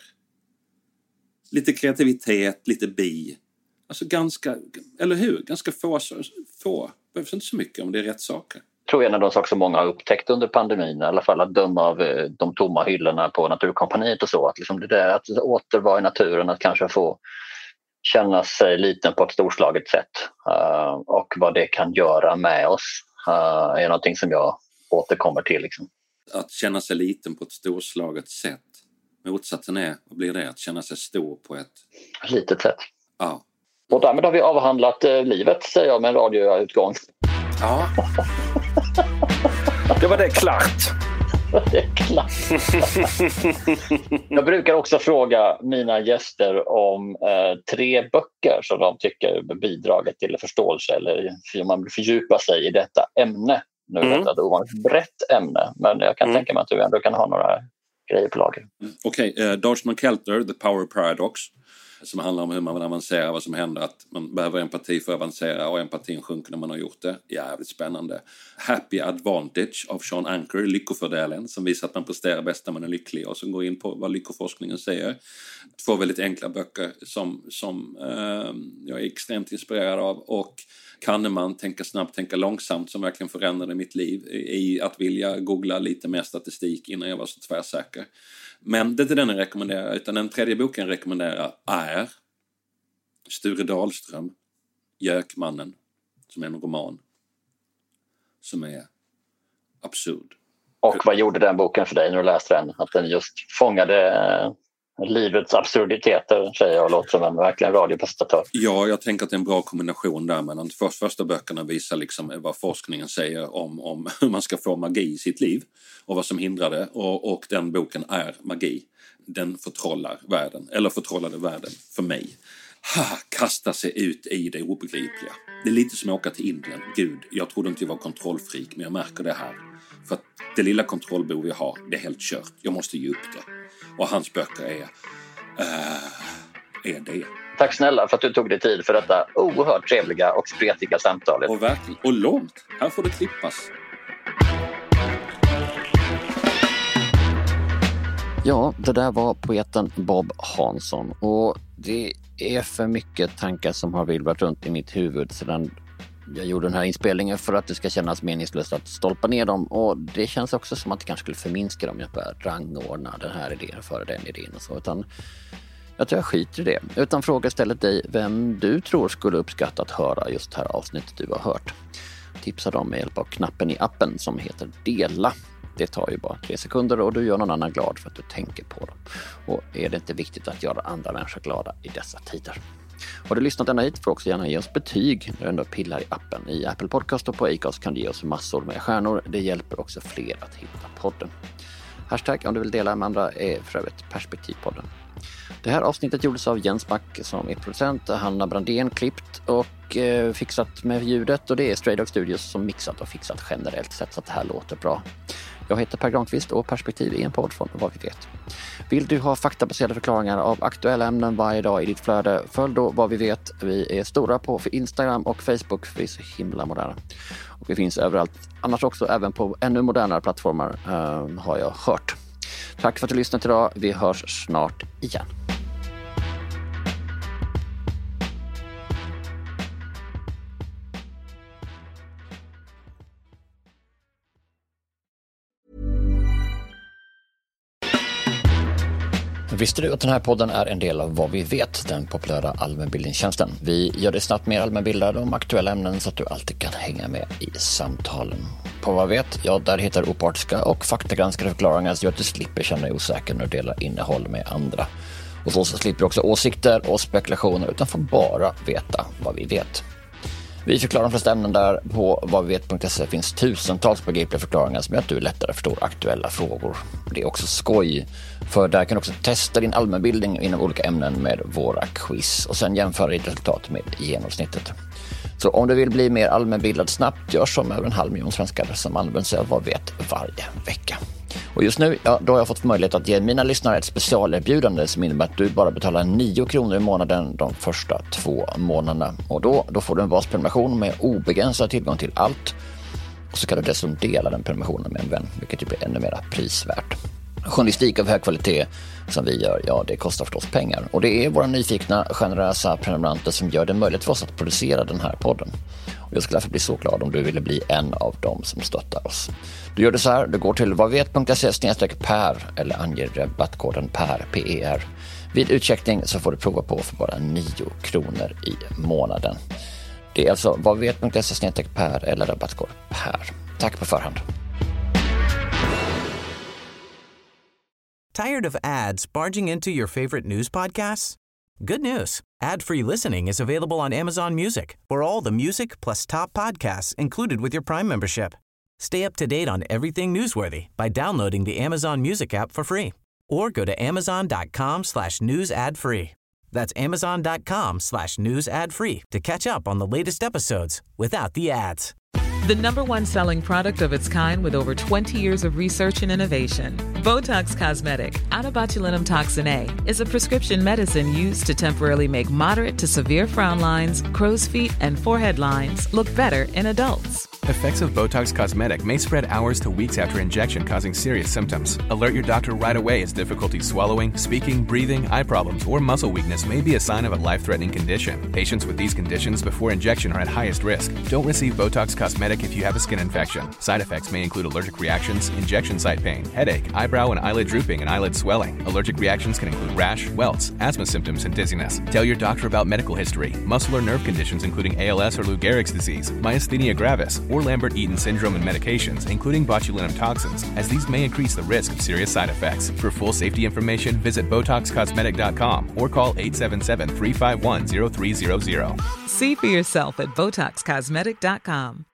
Lite kreativitet, lite bi. Alltså ganska, eller hur? Ganska få, få. Behövs inte så mycket om det är rätt saker. Jag tror en av de saker som många har upptäckt under pandemin, i alla fall att döma av de tomma hyllorna på Naturkompaniet och så, att liksom det där att återvara i naturen, att kanske få känna sig liten på ett storslaget sätt uh, och vad det kan göra med oss uh, är någonting som jag återkommer till. Liksom. Att känna sig liten på ett storslaget sätt, motsatsen är, vad blir det? Att känna sig stor på ett litet sätt. Ja. Och därmed har vi avhandlat uh, livet, säger jag med en radioutgång. Ja. Det var det klart. Det är klart. Jag brukar också fråga mina gäster om eh, tre böcker som de tycker bidragit till förståelse eller om man vill fördjupa sig i detta ämne. Nu är det ett ovanligt brett ämne, men jag kan mm. tänka mig att du ändå kan ha några grejer på lager. Okej, okay, uh, Dodgman Kelter, The Power Paradox, som handlar om hur man avancerar, vad som händer, att man behöver empati för att avancera och empatin sjunker när man har gjort det. Jävligt spännande. Happy Advantage av Sean Anker, Lyckofördelen, som visar att man presterar bäst när man är lycklig och som går in på vad lyckoforskningen säger. Två väldigt enkla böcker som, som uh, jag är extremt inspirerad av. Och Kahneman, Tänka snabbt, tänka långsamt, som verkligen förändrade mitt liv i att vilja googla lite mer statistik innan jag var så tvärsäker. Men det är inte den jag rekommenderar, utan den tredje boken jag rekommenderar är Sture Dahlström, Gökmannen, som är en roman som är absurd. Och vad gjorde den boken för dig när du läste den? Att den just fångade livets absurditeter, säger jag, och låter som en verkligen radiopresentatör. Ja, jag tänker att det är en bra kombination där mellan för, första böckerna visar liksom vad forskningen säger om, om hur man ska få magi i sitt liv och vad som hindrar det, och, och den boken är magi. Den förtrollar världen, eller förtrollade världen för mig. Ha, kasta sig ut i det obegripliga. Det är lite som att åka till Indien. Gud, jag trodde inte jag var kontrollfreak, men jag märker det här. För att det lilla kontrollbehov jag har, det är helt kört. Jag måste ge upp det. Och hans böcker är, uh, är det. Tack snälla för att du tog dig tid för detta oerhört trevliga och spretiga samtalet. Och verkligen, och långt. Här får det klippas. Ja, det där var poeten Bob Hansson. Och det är för mycket tankar som har virvlat runt i mitt huvud sedan jag gjorde den här inspelningen för att det ska kännas meningslöst att stolpa ner dem. Och det känns också som att det kanske skulle förminska dem. Jag börjar rangordna den här idén före den idén och så. Utan jag tror jag skiter i det. Utan fråga istället dig vem du tror skulle uppskatta att höra just det här avsnittet du har hört. Tipsa dem med hjälp av knappen i appen som heter Dela. Det tar ju bara tre sekunder och du gör någon annan glad för att du tänker på dem. Och är det inte viktigt att göra andra människor glada i dessa tider? Har du lyssnat ända hit får också gärna ge oss betyg när du ändå pillar i appen. I Apple Podcast och på Acast kan du ge oss massor med stjärnor. Det hjälper också fler att hitta podden. Hashtag om du vill dela med andra är för övrigt Perspektivpodden. Det här avsnittet gjordes av Jens Back som är producent, Hanna Brandén klippt och eh, fixat med ljudet, och det är Stray Dog Studios som mixat och fixat generellt sett så att det här låter bra. Jag heter Per Granqvist och Perspektiv är en podd från Vad vi vet. Vill du ha faktabaserade förklaringar av aktuella ämnen varje dag i ditt flöde, följ då Vad vi vet. Vi är stora på Instagram och Facebook för vi är så himla moderna. Och vi finns överallt, annars också även på ännu modernare plattformar uh, har jag hört. Tack för att du lyssnat idag. Vi hörs snart igen. Visste du att den här podden är en del av Vad vi vet, den populära allmänbildningstjänsten? Vi gör det snabbt mer allmänbildad om aktuella ämnen så att du alltid kan hänga med i samtalen. På Vad vi vet, ja, där hittar du opartiska och faktagranskade förklaringar så att du slipper känna dig osäker när du delar innehåll med andra. Och så, så slipper du också åsikter och spekulationer utan får bara veta vad vi vet. Vi förklarar de flesta ämnen där. På vad vi vet punkt se finns tusentals begripliga förklaringar som gör att du lättare förstår aktuella frågor. Det är också skoj, för där kan du också testa din allmänbildning inom olika ämnen med våra quiz och sen jämföra ditt resultat med genomsnittet. Så om du vill bli mer allmänbildad snabbt, gör som över en halv miljon svenskar som använder sig av Vad vi vet varje vecka. Och just nu, ja, då har jag fått möjlighet att ge mina lyssnare ett specialerbjudande som innebär att du bara betalar nio kronor i månaden de första två månaderna. Och då, då får du en basprenumeration med obegränsad tillgång till allt. Och så kan du dessutom dela den prenumerationen med en vän, vilket ju blir ännu mer prisvärt. Journalistik av hög kvalitet som vi gör, ja, det kostar förstås pengar. Och det är våra nyfikna, generösa prenumeranter som gör det möjligt för oss att producera den här podden. Och jag skulle därför bli så glad om du ville bli en av dem som stöttar oss. Du gör det så här, du går till vadvet punkt se snedstreck per eller anger rabattkoden PER, P E R. Vid utcheckning så får du prova på för bara nio kronor i månaden. Det är alltså vadvet punkt se snedstreck per eller rabattkod PER. Tack på förhand. Tired of ads barging into your favorite news podcasts? Good news. Ad-free listening is available on Amazon Music for all the music plus top podcasts included with your Prime membership. Stay up to date on everything newsworthy by downloading the Amazon Music app for free or go to amazon.com slash news ad free. That's amazon.com slash news ad free to catch up on the latest episodes without the ads. The number one selling product of its kind with over twenty years of research and innovation. Botox Cosmetic, out of botulinum toxin A, is a prescription medicine used to temporarily make moderate to severe frown lines, crow's feet, and forehead lines look better in adults. Effects of Botox Cosmetic may spread hours to weeks after injection, causing serious symptoms. Alert your doctor right away as difficulty swallowing, speaking, breathing, eye problems, or muscle weakness may be a sign of a life-threatening condition. Patients with these conditions before injection are at highest risk. Don't receive Botox Cosmetic if you have a skin infection. Side effects may include allergic reactions, injection site pain, headache, eyebrow and eyelid drooping, and eyelid swelling. Allergic reactions can include rash, welts, asthma symptoms, and dizziness. Tell your doctor about medical history, muscle or nerve conditions including A L S or Lou Gehrig's disease, myasthenia gravis, or Lambert-Eaton syndrome, and medications, including botulinum toxins, as these may increase the risk of serious side effects. For full safety information, visit Botox Cosmetic dot com or call eight seven seven, three five one, zero three zero zero. See for yourself at Botox Cosmetic dot com.